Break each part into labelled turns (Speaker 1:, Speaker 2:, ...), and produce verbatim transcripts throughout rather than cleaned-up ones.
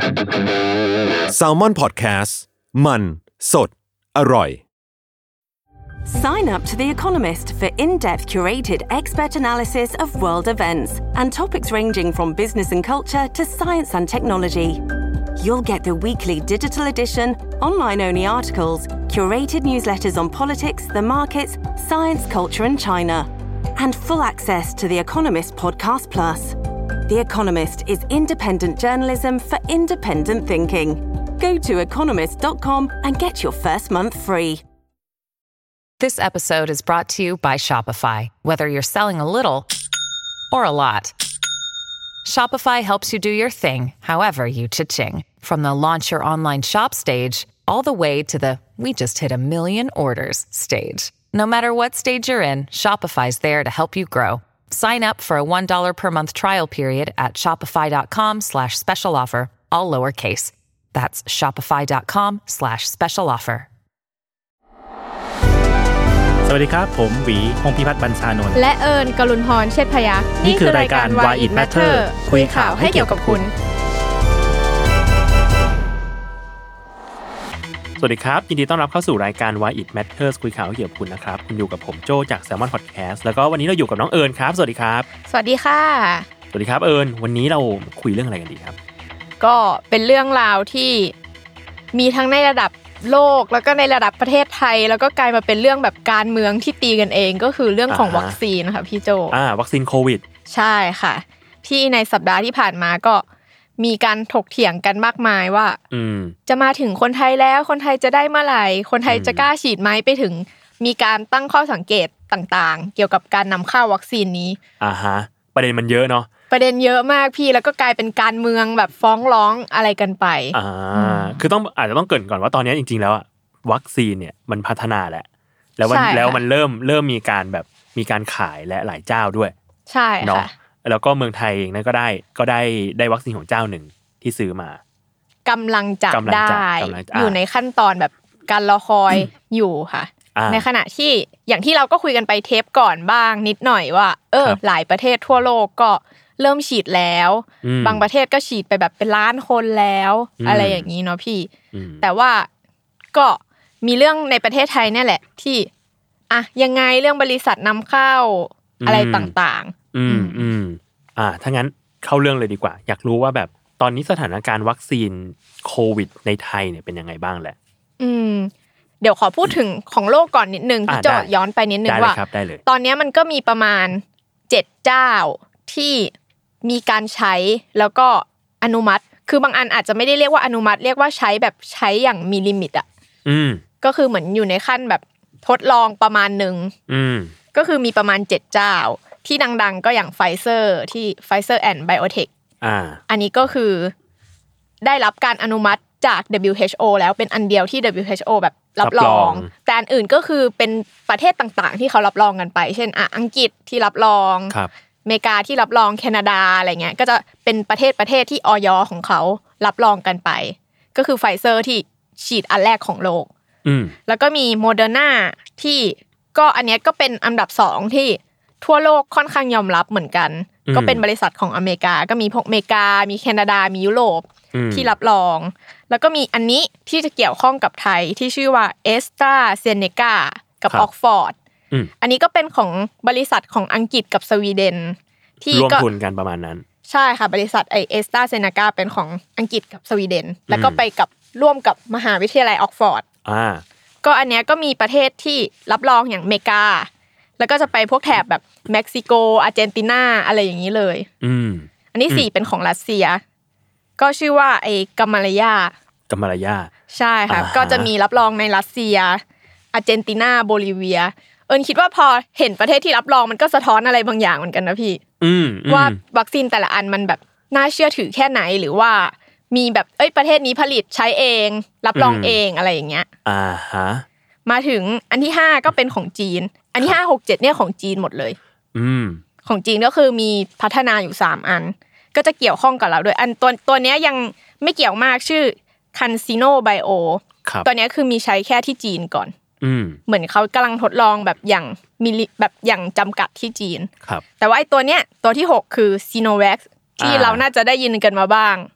Speaker 1: Salmon Podcast มันสดอร่อย
Speaker 2: Sign up to The Economist for in-depth curated expert analysis of world events and topics ranging from business and culture to science and technology. You'll get the weekly digital edition, online-only articles, curated newsletters on politics, the markets, science, culture and China, and full access to The Economist Podcast Plus. The Economist is independent journalism for independent thinking. Go to economist dot com and get your first month free.
Speaker 3: This episode is brought to you by Shopify. Whether you're selling a little or a lot, Shopify helps you do your thing, however you cha-ching. From the launch your online shop stage, all the way to the we just hit a million orders stage. No matter what stage you're in, Shopify's there to help you grow. Sign up for a one dollar per month trial period at shopify.com slash special offer, all lowercase. That's shopify.com slash special offer.
Speaker 4: สวัสดีครับผมหวีพงษ์พิพัฒน์บรรชานนท์
Speaker 5: และเอิญกลุนพรเชษฐพยัคฆ์
Speaker 4: นี่คือรายการ Why It Matter คุยข่าวให้เกี่ยวกับคุณสวัสดีครับยินดีต้อนรับเข้าสู่รายการ Why It Matters คุยข่าวให้เกี่ยวกับคุณนะครับคุณอยู่กับผมโจจาก Salmon Podcast แล้วก็วันนี้เราอยู่กับน้องเอิญครับสวัสดีครับ
Speaker 5: สวัสดีค่ะ
Speaker 4: สวัสดีครับเอิญวันนี้เราคุยเรื่องอะไรกันดีครับ
Speaker 5: ก็เป็นเรื่องราวที่มีทั้งในระดับโลกแล้วก็ในระดับประเทศไทยแล้วก็กลายมาเป็นเรื่องแบบการเมืองที่ตีกันเองก็คือเรื่องของวัคซีนค่ะพี่โจ
Speaker 4: อ่าวัคซีนโควิด
Speaker 5: ใช่ค่ะที่ในสัปดาห์ที่ผ่านมาก็มีการถกเถียงกันมากมายว่าจะมาถึงคนไทยแล้วคนไทยจะได้เมื่อไหร่คนไทยจะกล้าฉีดไหมไปถึงมีการตั้งข้อสังเกตต่างๆเกี่ยวกับการนำเข้าวัคซีนนี้
Speaker 4: อ่าฮะประเด็นมันเยอะเนาะ
Speaker 5: ประเด็นเยอะมากพี่แล้วก็กลายเป็นการเมืองแบบฟ้องร้องอะไรกันไป
Speaker 4: อ่าคือต้องอาจจะต้องเกริ่นก่อนว่าตอนนี้จริงๆแล้วอ่ะวัคซีนเนี่ยมันพัฒนาแหละแล้วมันแล้วมันเริ่มเริ่มมีการแบบมีการขายและหลายเจ้าด้วย
Speaker 5: ใช่
Speaker 4: เนาะแล้วก็เมืองไทยเองนั้นก็ได้ก็ได้ได้วัคซีนของเจ้าหนึ่งที่ซื้อม
Speaker 5: ากำลังจะได้อยู่ในขั้นตอนแบบการรอคอยอยู่ค่ะในขณะที่อย่างที่เราก็คุยกันไปเทปก่อนบ้างนิดหน่อยว่าเออหลายประเทศทั่วโลกก็เริ่มฉีดแล้วบางประเทศก็ฉีดไปแบบเป็นล้านคนแล้วอะไรอย่างนี้เนาะพี่แต่ว่าก็มีเรื่องในประเทศไทยเนี่ยแหละที่อ่ะยังไงเรื่องบริษัทนำเข้าอะไรต่าง
Speaker 4: ๆอืมอืมอ่าถ้างั้นเข้าเรื่องเลยดีกว่าอยากรู้ว่าแบบตอนนี้สถานการณ์วัคซีนโควิดในไทยเนี่ยเป็นยังไงบ้างแหละ
Speaker 5: อืมเดี๋ยวขอพูดถึงของโลกก่อนนิดนึงพี่โจย้อนไปนิดนึงว่าตอนนี้มันก็มีประมาณเจ็ดเจ้าที่มีการใช้แล้วก็อนุมัติคือบางอันอาจจะไม่ได้เรียกว่าอนุมัติเรียกว่าใช้แบบใช้อย่างมีลิมิตอ่ะอืมก็คือเหมือนอยู่ในขั้นแบบทดลองประมาณนึงอืมก็คือมีประมาณเจ็ดเจ้าที่ดังๆก็อย่าง Pfizer ที่ Pfizer and Biotech อ่าอันนี้ก็คือได้รับการอนุมัติจาก ดับเบิลยู เอช โอ แล้วเป็นอันเดียวที่ ดับเบิลยู เอช โอ แบบรับรองแต่อันอื่นก็คือเป็นประเทศต่างๆที่เขารับรองกันไปเช่นอ่ะอังกฤษที่รับรองอเมริกาที่รับรองแคนาดาอะไรเงี้ยก็จะเป็นประเทศประเทศที่อย.ของเขารับรองกันไปก็คือ Pfizer ที่ฉีดอันแรกของโลกแล้วก็มี Moderna ที่ก็อันเนี้ยก็เป็นอันดับสองที่ทั่วโลกค่อนข้างยอมรับเหมือนกันก็เป็นบริษัทของอเมริกาก็มีพวกอเมริกามีแคนาดามียุโรปที่รับรองแล้วก็มีอันนี้ที่จะเกี่ยวข้องกับไทยที่ชื่อว่า AstraZeneca กับ Oxfordอันนี้ก็เป็นของบริษัทของอังกฤษกับสวีเดนที่
Speaker 4: ร่วมทุนกันประมาณนั้น
Speaker 5: ใช่ค่ะบริษัทไอ AstraZeneca เป็นของอังกฤษกับสวีเดนแล้วก็ไปกับร่วมกับมหาวิทยาลัยออกฟอร์ดอ่าก็อันเนี้ยก็มีประเทศที่รับรองอย่างอเมริกาแล้วก็จะไปพวกแถบแบบเม็กซิโกอาร์เจนตินาอะไรอย่างนี้เลยอืมอันนี้สี่เป็นของรัสเซียก็ชื่อว่าไอ้กัมมาลายา
Speaker 4: กัมมาลายา
Speaker 5: ใช่ค่ะก็จะมีรับรองในรัสเซียอาร์เจนตินาโบลิเวียเอิญคิดว่าพอเห็นประเทศที่รับรองมันก็สะท้อนอะไรบางอย่างเหมือนกันนะพี่ว่าวัคซีนแต่ละอันมันแบบน่าเชื่อถือแค่ไหนหรือว่ามีแบบเอ้ยประเทศนี้ผลิตใช้เองรับรองเองอะไรอย่างเงี้ยอ่าฮะมาถึงอันที่ห้าก็เป็นของจีนอันที่ห้า หก เจ็ดเนี่ยของจีนหมดเลยอืมของจีนก็คือมีพัฒนาอยู่สามอันก็จะเกี่ยวข้องกับเราด้วยอันตัวตัวเนี้ยยังไม่เกี่ยวมากชื่อ CanSino Bio ตัวเนี้ยคือมีใช้แค่ที่จีนก่อนเหมือนเขากำลังทดลองแบบอย่างมีแบบอย่างจำกัดที่จีนแต่ว่าไอ้ตัวเนี้ยตัวที่หกคือ Sinovac ที่เราน่าจะได้ยินกันมาบ้าง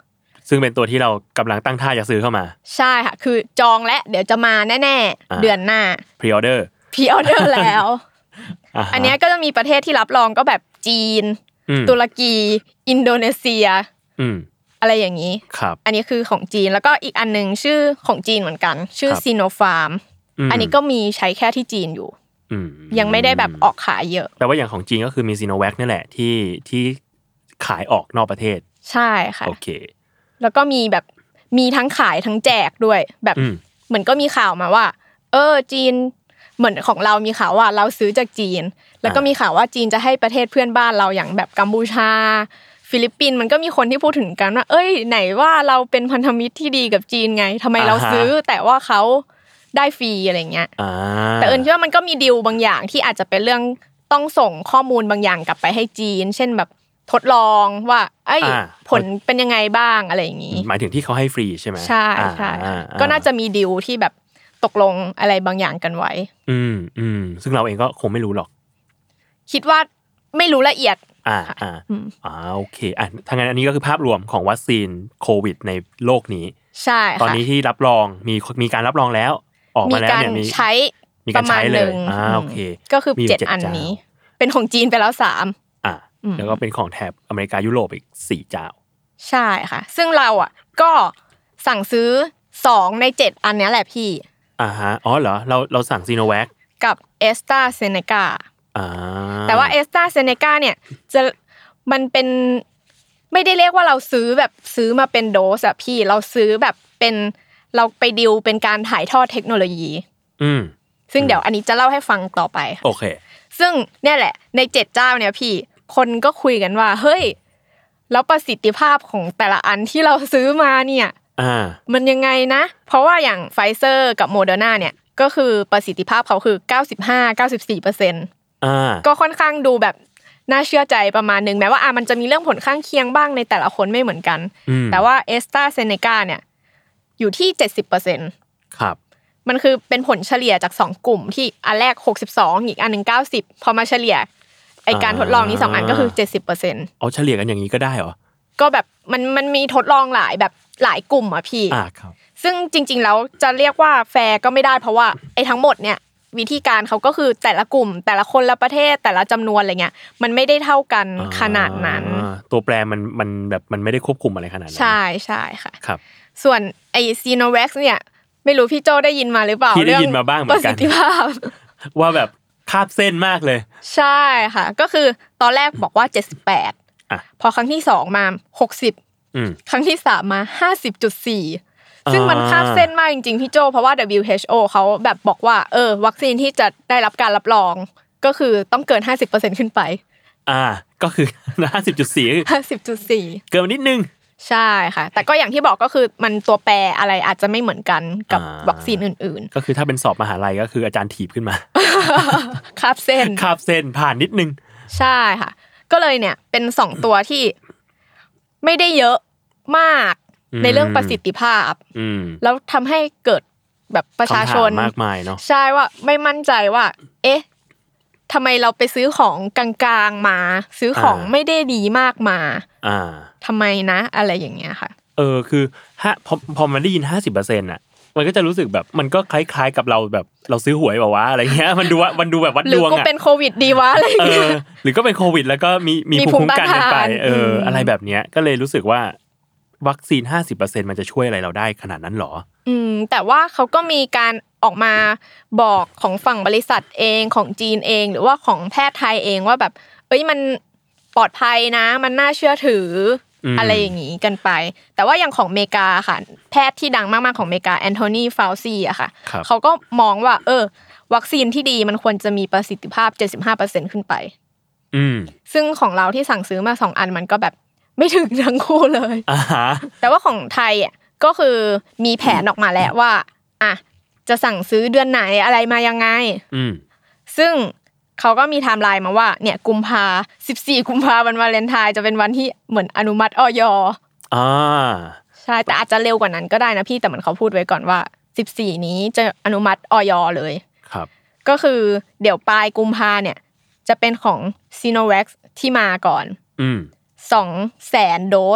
Speaker 4: ซึ่งเป็นตัวที่เรากำลังตั้งท่าจะซื้อเข้ามา
Speaker 5: ใช่ค่ะคือจองและเดี๋ยวจะมาแน่ๆเดือนหน้า
Speaker 4: pre-order
Speaker 5: pre-order แล้วอันนี้ก็จะมีประเทศที่รับรองก็แบบจีนตุรกีอินโดนีเซียอะไรอย่างนี้อันนี้คือของจีนแล้วก็อีกอันนึงชื่อของจีนเหมือนกันชื่อซีโนฟาร์มอันนี้ก็มีใช้แค่ที่จีนอยู่ยังไม่ได้แบบออกขายเยอะ
Speaker 4: แต่ว่าอย่างของจีนก็คือมีซีโนแวคนี่แหละที่ที่ขายออกนอกประเทศ
Speaker 5: ใช่ค่ะ
Speaker 4: โอเค
Speaker 5: แล้วก็มีแบบมีทั้งขายทั้งแจกด้วยแบบเหมือนก็มีข่าวมาว่าเออจีนเหมือนของเรามีข่าวว่าเราซื้อจากจีนแล้วก็มีข่าวว่าจีนจะให้ประเทศเพื่อนบ้านเราอย่างแบบกัมพูชาฟิลิปปินส์มันก็มีคนที่พูดถึงกันว่าเอ้ยไหนว่าเราเป็นพันธมิตรที่ดีกับจีนไงทำไมเราซื้อแต่ว่าเขาได้ฟรีอะไรเงี้ยแต่เอิญคิดว่ามันก็มีดีลบางอย่างที่อาจจะเป็นเรื่องต้องส่งข้อมูลบางอย่างกลับไปให้จีนเช่นแบบทดลองว่าเอ้ยผลเป็นยังไงบ้างอะไรอย่างงี้
Speaker 4: หมายถึงที่เขาให้ฟรีใช่ไหม
Speaker 5: ใช่ใช่ก็น่าจะมีดีลที่แบบตกลงอะไรบางอย่างกันไว้
Speaker 4: อืมอืมซึ่งเราเองก็คงไม่รู้หรอก
Speaker 5: คิดว่าไม่รู้ละเอียด
Speaker 4: อ่าอ่าอ่าโอเคอ่ะถ้างั้นอันนี้ก็คือภาพรวมของวัคซีนโควิดในโลกนี้
Speaker 5: ใช่
Speaker 4: ตอนนี้ที่รับรองมีมีการรับรองแล้วออกมาแล้วเนี่ย
Speaker 5: มีใช้ประมาณนึง
Speaker 4: อ่าโอเค
Speaker 5: ก็คือเจ็ดอันนี้เป็นของจีนไปแล้วสาม
Speaker 4: อ่าแล้วก็เป็นของแถบอเมริกายุโรปอีกสี่เจ้า
Speaker 5: ใช่ค่ะซึ่งเราอ่ะก็สั่งซื้อสองในเจ็ดอันนี้แหละพี่
Speaker 4: อ่าฮะอ๋อเหรอเราเราสั่งซีโนแวค
Speaker 5: กับเอสตราเซเนกาอ่าแต่ว่าเอสตราเซเนกาเนี่ยจะมันเป็นไม่ได้เรียกว่าเราซื้อแบบซื้อมาเป็นโดสอะพี่เราซื้อแบบเป็นเราไปดิวเป็นการถ่ายทอดเทคโนโลยีอืมซึ่งเดี๋ยวอันนี้จะเล่าให้ฟังต่อไป
Speaker 4: โอเค
Speaker 5: ซึ่งเนี่ยแหละในเจ็ดเจ้าเนี่ยพี่คนก็คุยกันว่าเฮ้ยแล้วประสิทธิภาพของแต่ละอันที่เราซื้อมาเนี่ยอ่ามันยังไงนะเพราะว่าอย่างไฟเซอร์กับโมเดอร์นาเนี่ยก็คือประสิทธิภาพเขาคือ เก้าสิบห้า เก้าสิบสี่เปอร์เซ็นต์ อ่าก็ค่อนข้างดูแบบน่าเชื่อใจประมาณนึงแม้ว่าอ่ะมันจะมีเรื่องผลข้างเคียงบ้างในแต่ละคนไม่เหมือนกันแต่ว่า AstraZeneca เนี่ยอยู่ที่ เจ็ดสิบเปอร์เซ็นต์ ครับมันคือเป็นผลเฉลี่ยจากสองกลุ่มที่อันแรกหกสิบสองอีกอันนึงเก้าสิบพอมาเฉลี่ยไอ้การทดลองนี้สองอันก็คือ เจ็ดสิบเปอร์เซ็นต์
Speaker 4: อ๋อเฉลี่ยกันอย่างนี้ก็ได้เหรอ
Speaker 5: ก็แบบมันมันมีทดลองหลายแบบหลายกลุ่มอ่ะพี่อ่าครับซึ่งจริงๆแล้วจะเรียกว่าแฟร์ก็ไม่ได้เพราะว่าไอ้ทั้งหมดเนี่ยวิธีการเขาก็คือแต่ละกลุ่มแต่ละคนละประเทศแต่ละจำนวนอะไรเงี้ยมันไม่ได้เท่ากันขนาดนั้น
Speaker 4: ตัวแปรมันมันแบบมันไม่ได้ควบคุมอะไรขนาดนั้น
Speaker 5: ใช่ใช่ค่ะครับส่วนไอซีโนแวคเนี่ยไม่รู้พี่โจได้ยินมาหรือเปล่า
Speaker 4: พี่ได้ยินมาบ้างเหมือนกันว่าแบบคาบเส้นมากเลย
Speaker 5: ใช่ค่ะก็คือตอนแรกบอกว่าเจ็ดสิบแปดอ่ะพอครั้งที่สองมาหกสิบอืมครั้งที่สามมา ห้าสิบจุดสี่ซึ่งมันคาบเส้นมากจริงๆพี่โจเพราะว่า ดับเบิลยู เอช โอ เขาแบบบอกว่าเออวัคซีนที่จะได้รับการรับรองก็คือต้องเกิน ห้าสิบเปอร์เซ็นต์ ขึ้นไป
Speaker 4: อ่าก็คือ ห้าสิบจุดสี่
Speaker 5: ห้าสิบจุดสี่
Speaker 4: เกินนิดนึง
Speaker 5: ใช่ค่ะแต่ก็อย่างที่บอกก็คือมันตัวแปรอะไรอาจจะไม่เหมือนกันกับวัคซีนอื่น
Speaker 4: ๆก็คือถ้าเป็นสอบมหาลัยก็คืออาจารย์ถีบขึ้นมา
Speaker 5: คาบเส้น
Speaker 4: คาบเส้นผ่านนิดนึง
Speaker 5: ใช่ค่ะก็เลยเนี่ยเป็นสองตัวที่ไม่ได้เยอะมากในเรื่องประสิทธิภาพแล้วทำให้เกิดแบบประชาชน
Speaker 4: มากมายเนาะ
Speaker 5: ใช่ว่าไม่มั่นใจว่าเอ๊ะทำไมเราไปซื้อของกลางๆมาซื้อของไม่ได้ดีมากมาอ่าทำไมนะอะไรอย่างเงี้ยค่ะ
Speaker 4: เออคือฮะพอพอมันได้ยิน ห้าสิบเปอร์เซ็นต์ อ่ะมันก็จะรู้สึกแบบมันก็คล้ายๆกับเราแบบเราซื้อหวยแบบว่าอะไรเงี้ยมันดูว่ามันดูแบบวัดดวงอ่ะ
Speaker 5: หรือก็เป็นโควิดดีวะอะไรอย่างเงี้ย
Speaker 4: หรือก็เป็นโควิดแล้วก็มีมีภูมิคุ้มกันกันไปเอออะไรแบบเนี้ยก็เลยรู้สึกว่าวัคซีน ห้าสิบเปอร์เซ็นต์ มันจะช่วยอะไรเราได้ขนาดนั้นหรอ
Speaker 5: อืมแต่ว่าเขาก็มีการออกมาบอกของฝั่งบริษัทเองของจีนเองหรือว่าของแพทย์ไทยเองว่าแบบเอ้ยมันปลอดภัยนะมันน่าเชื่อถืออะไรอย่างงี้กันไปแต่ว่าอย่างของอเมริกาค่ะแพทย์ที่ดังมากๆของอเมริกาแอนโทนีฟาวซีอะค่ะเขาก็มองว่าเออวัคซีนที่ดีมันควรจะมีประสิทธิภาพ เจ็ดสิบห้าเปอร์เซ็นต์ ขึ้นไปอืมซึ่งของเราที่สั่งซื้อมาสองอันมันก็แบบไม่ถึงทั้งคู่เลยอ่าฮะแต่ว่าของไทยอ่ะก็คือมีแผนออกมาแล้วว่าอ่ะจะสั่งซื้อเดือนไหนอะไรมายังไงอืมซึ่งเขาก็มีไทม์ไลน์มาว่าเนี่ยกุมภาสิบสี่กุมภาวันวาเลนไทน์จะเป็นวันที่เหมือนอนุมัติอย.อ่าใช่แต่อาจจะเร็วกว่านั้นก็ได้นะพี่แต่เหมือนเขาพูดไว้ก่อนว่าสิบสี่นี้จะอนุมัติอย.เลยครับก็คือเดี๋ยวปลายกุมภาเนี่ยจะเป็นของ Sinovac ที่มาก่อนอืมสองแสนโดส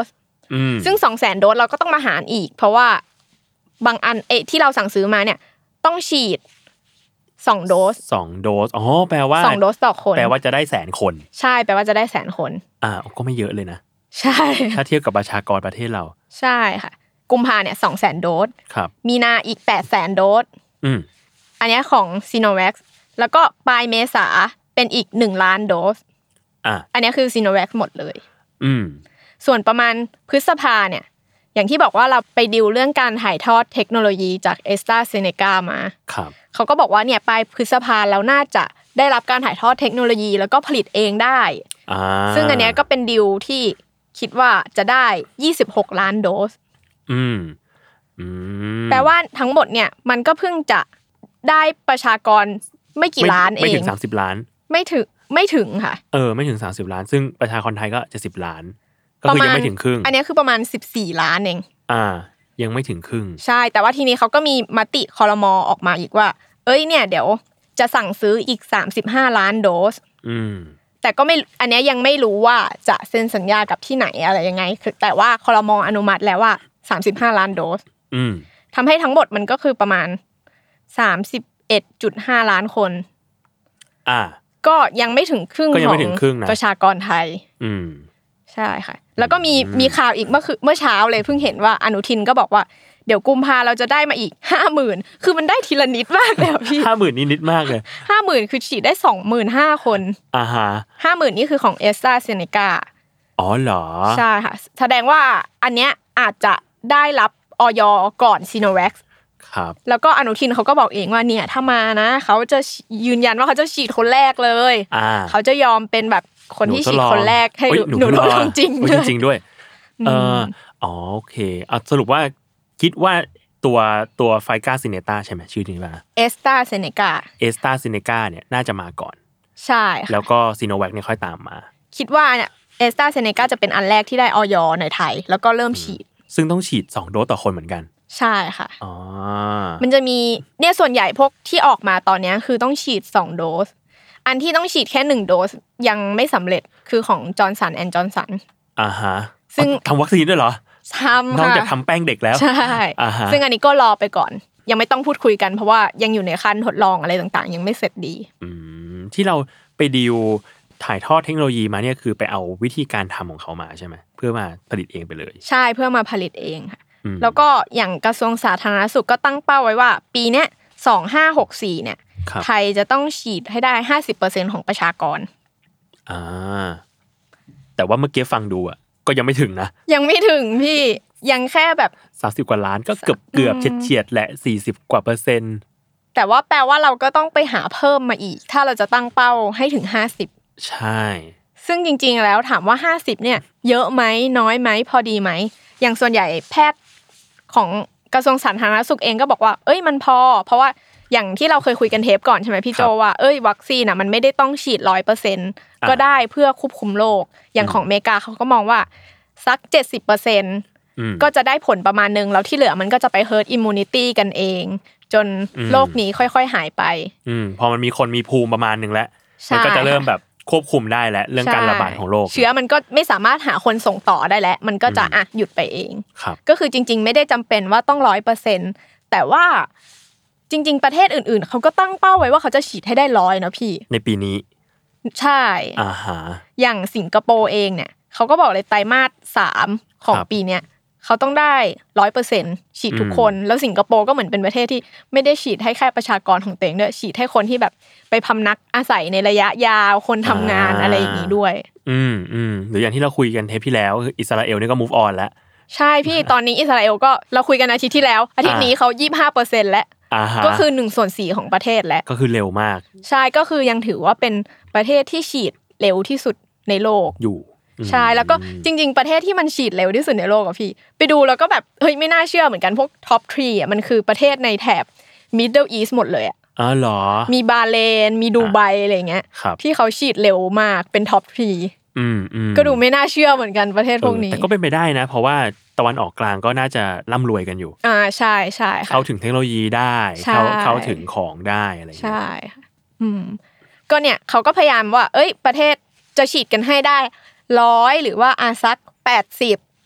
Speaker 5: ซึ่ง สองแสน โดสเราก็ต้องมาหารอีกเพราะว่าบางอันเอที่เราสั่งซื้อมาเนี่ยต้องฉีดสองโดส
Speaker 4: สองโดสอ๋อแปลว่า
Speaker 5: สองโดสต่อคน
Speaker 4: แปลว่าจะได้แสนคน
Speaker 5: ใช่แปลว่าจะได้แสนคน
Speaker 4: อ่าก็ไม่เยอะเลยนะ
Speaker 5: ใช่
Speaker 4: ถ้าเทียบกับประชากรประเทศเรา
Speaker 5: ใช่ค่ะกุมภาเนี่ย สองแสน โดส
Speaker 4: ครับ
Speaker 5: มีนาอีก แปดแสน โดส
Speaker 4: อืม
Speaker 5: อันนี้ของ Sinovac แล้วก็ปลายเมษาเป็นอีกหนึ่งล้านโดส
Speaker 4: อ่ะ
Speaker 5: อันนี้คือ Sinovac หมดเลย
Speaker 4: อืม
Speaker 5: ส่วนประมาณพฤษภาเนี่ยอย่างที่บอกว่าเราไปดิวเรื่องการถ่ายทอดเทคโนโลยีจาก AstraZeneca มา
Speaker 4: ครับ
Speaker 5: เขาก็บอกว่าเนี่ยปลายพฤษภาแล้วน่าจะได้รับการถ่ายทอดเทคโนโลยีแล้วก็ผลิตเองได้
Speaker 4: อ่า
Speaker 5: ซึ่งอันเนี้ยก็เป็นดิวที่คิดว่าจะได้ยี่สิบหกล้านโดส
Speaker 4: อืมอืม
Speaker 5: แปลว่าทั้งหมดเนี่ยมันก็เพิ่งจะได้ประชากรไม่กี่ล้านเอง
Speaker 4: ไม่ถึงสามสิบล้าน
Speaker 5: ไม่ถึงไม่ถึงค่ะ
Speaker 4: เออไม่ถึงสามสิบล้านซึ่งประชากรไทยก็เจ็ดสิบล้านก็คือยังไม่ถึงครึ่ง
Speaker 5: อันนี้คือประมาณสิบสี่ล้านเอง
Speaker 4: อ่ายังไม่ถึงครึ่ง
Speaker 5: ใช่แต่ว่าทีนี้เขาก็มีมติครม.ออกมาอีกว่าเอ้ยเนี่ยเดี๋ยวจะสั่งซื้ออีกสามสิบห้าล้านโดส
Speaker 4: อืม
Speaker 5: แต่ก็ไม่อันนี้ยังไม่รู้ว่าจะเซ็นสัญญากับที่ไหนอะไรยังไงคือแต่ว่าครม.อนุมัติแล้วว่าสามสิบห้าล้านโดส
Speaker 4: อืม
Speaker 5: ทำให้ทั้งหมดมันก็คือประมาณ สามสิบเอ็ดจุดห้า ล้านคน
Speaker 4: อ่า
Speaker 5: ก็ยังไม่ถึงครึ่งของประชากรไทย
Speaker 4: อืม
Speaker 5: ใช่ค่ะแล้วก็มีมีข่าวอีกเมื่อคือเมื่อเช้าเลยเพิ่งเห็นว่าอนุทินก็บอกว่าเดี๋ยวกุมภาเราจะได้มาอีก ห้าหมื่น คือมันได้ทีละนิดมากเลยพี่
Speaker 4: ห้าหมื่น นี่นิดมากเลย
Speaker 5: ห้าหมื่น คือฉีดได้ สองหมื่นห้าพัน คน
Speaker 4: อ่าฮะ
Speaker 5: ห้าหมื่น นี่คือของ AstraZeneca
Speaker 4: อ๋อเหรอ
Speaker 5: ใช่ค่ะแสดงว่าอันเนี้ยอาจจะได้รับอย.ก่อน Sinovac
Speaker 4: ครับ
Speaker 5: แล้วก็อนุทินเขาก็บอกเองว่าเนี่ยถ้ามานะเขาจะยืนยันว่าเขาจะฉีดคนแรกเลยเขาจะยอมเป็นแบบคนที่ฉีดคนแรกให้หนูทดลองจริง
Speaker 4: ด้วยจริงด้วยเอออ๋อโอเคอ่ะสรุปว่าคิดว่าตัวตัวไฟก้าซิเนต้าใช่ไหมชื่อนี้ว่า
Speaker 5: AstraZeneca
Speaker 4: AstraZeneca เนี่ยน่าจะมาก่อน
Speaker 5: ใช่
Speaker 4: แล้วก็ซีโนแวคเนี่ยค่อยตามมา
Speaker 5: คิดว่าเนี่ย AstraZeneca จะเป็นอันแรกที่ได้อย.ในไทยแล้วก็เริ่มฉีด
Speaker 4: ซึ่งต้องฉีดสองโดสต่อคนเหมือนกัน
Speaker 5: ใช่ค่ะ
Speaker 4: อ๋อ
Speaker 5: มันจะมีเนี่ยส่วนใหญ่พวกที่ออกมาตอนนี้คือต้องฉีดสองโดสอันที่ต้องฉีดแค่หนึ่งโดสยังไม่สำเร็จคือของ Johnson แอนด์ Johnson
Speaker 4: อ่าฮะซึ่งทำวัคซีนด้วยเหรอ
Speaker 5: ทำค่ะน
Speaker 4: อกจากทำแป้งเด็กแล้ว
Speaker 5: ใช่ซึ่งอันนี้ก็รอไปก่อนยังไม่ต้องพูดคุยกันเพราะว่ายังอยู่ในขั้นทดลองอะไรต่างๆยังไม่เสร็จดี
Speaker 4: อืมที่เราไปดีลถ่ายทอดเทคโนโลยีมาเนี่ยคือไปเอาวิธีการทำของเขามาใช่ไหมเพื่อมาผลิตเองไปเลย
Speaker 5: ใช่เพื่อมาผลิตเองค่ะแล้วก็อย่างกระทรวงสาธารณสุขก็ตั้งเป้าไว้ว่าปีเนี้ยสองพันห้าร้อยหกสิบสี่เนี่ยไทยจะต้องฉีดให้ได้ ห้าสิบเปอร์เซ็นต์ ของประชากร
Speaker 4: อ่าแต่ว่าเมื่อกี้ฟังดูอ่ะก็ยังไม่ถึงนะ
Speaker 5: ยังไม่ถึงพี่ยังแค่แบบ
Speaker 4: สามสิบกว่าล้านก็เกือบเกือบเฉียดๆแหละสี่สิบกว่าเปอร์เซ็นต์
Speaker 5: แต่ว่าแปลว่าเราก็ต้องไปหาเพิ่มมาอีกถ้าเราจะตั้งเป้าให้ถึงห้าสิบ
Speaker 4: ใช่
Speaker 5: ซึ่งจริงๆแล้วถามว่าห้าสิบเนี่ยเยอะไหมน้อยไหมพอดีไหมอย่างส่วนใหญ่แพทย์ของกระทรวงสาธารณสุขเองก็บอกว่าเอ้ยมันพอเพราะว่าอย่างที่เราเคยคุยกันเทปก่อนใช่ไหมพี่โจว่าเอ้ยวัคซีนอ่ะมันไม่ได้ต้องฉีด ร้อยเปอร์เซ็นต์ ก็ได้เพื่อควบคุมโรคอย่างของอเมริกาเขาก็มองว่าสัก เจ็ดสิบเปอร์เซ็นต์ ก็จะได้ผลประมาณนึงแล้วที่เหลือมันก็จะไป herd immunity กันเองจนโรคนี้ค่อยๆหายไป
Speaker 4: อืมพอมันมีคนมีภูมิประมาณนึงแล้วมันก็จะเริ่มแบบควบคุมได้แล้วเรื่องการระบาดของโรค
Speaker 5: เชื้อมันก็ไม่สามารถหาคนส่งต่อได้แล้วมันก็จะอ่ะหยุดไปเองก็คือจริงๆไม่ได้จำเป็นว่าต้อง ร้อยเปอร์เซ็นต์ แต่ว่าจริงๆประเทศอื่นๆเขาก็ตั้งเป้าไว้ว่าเขาจะฉีดให้ได้ร้อยนะพี่
Speaker 4: ในปีนี้
Speaker 5: ใช่
Speaker 4: อ่าฮะ
Speaker 5: อย่างสิงคโปร์เองเนี่ยเขาก็บอกเลยไตรมาสสามของปีเนี้ยเขาต้องได้ ร้อยเปอร์เซ็นต์ ฉีดทุกคนแล้วสิงคโปร์ก็เหมือนเป็นประเทศที่ไม่ได้ฉีดให้แค่ประชากรของตัวเองด้วยฉีดให้คนที่แบบไปพำนักอาศัยในระยะยาวคนทำงานอะไรอย่างนี้ด้วย
Speaker 4: อืมอืมหรืออย่างที่เราคุยกันเทปที่แล้วอิสราเอลนี่ก็ move on แล้ว
Speaker 5: ใช่พี่ตอนนี้อิสราเอลก็เราคุยกันอาทิตย์ที่แล้วอาทิตย์นี้เขา ยี่สิบห้าเปอร์เซ็นต์ แล้วก็คือหนึ่งส่วนสี่ของประเทศแล้ว
Speaker 4: ก็คือเร็วมาก
Speaker 5: ใช่ก็คือยังถือว่าเป็นประเทศที่ฉีดเร็วที่สุดในโลก
Speaker 4: อยู่
Speaker 5: ใช่แล้วก็จริงๆประเทศที่มันฉีดเร็วที่สุดในโลกอ่ะพี่ไปดูแล้วก็แบบเฮ้ยไม่น่าเชื่อเหมือนกันพวกท็อปสามอ่ะมันคือประเทศในแถบ Middle East หมดเลยอ่ะ
Speaker 4: อ๋อเหรอ
Speaker 5: มีบาห์เรนมีดูไบอะไรเงี้ยที่เขาฉีดเร็วมากเป็นท็อปสาม
Speaker 4: อืมอืม
Speaker 5: ก็ดูไม่น่าเชื่อเหมือนกันประเทศพวกนี้
Speaker 4: แต่ก็เป็นไปได้นะเพราะว่าตะวันออกกลางก็น่าจะร่ำรวยกันอยู่
Speaker 5: อ่าใช่ใช่
Speaker 4: เข้าถึงเทคโนโลยีได้เข้าเข้าถึงของได้อะไรอย่างเงี้ย
Speaker 5: ใช่อืมก็เนี่ยเขาก็พยายามว่าเอ้ยประเทศจะฉีดกันให้ได้ร้อยหรือว่าอ่ะสักแปดสิบ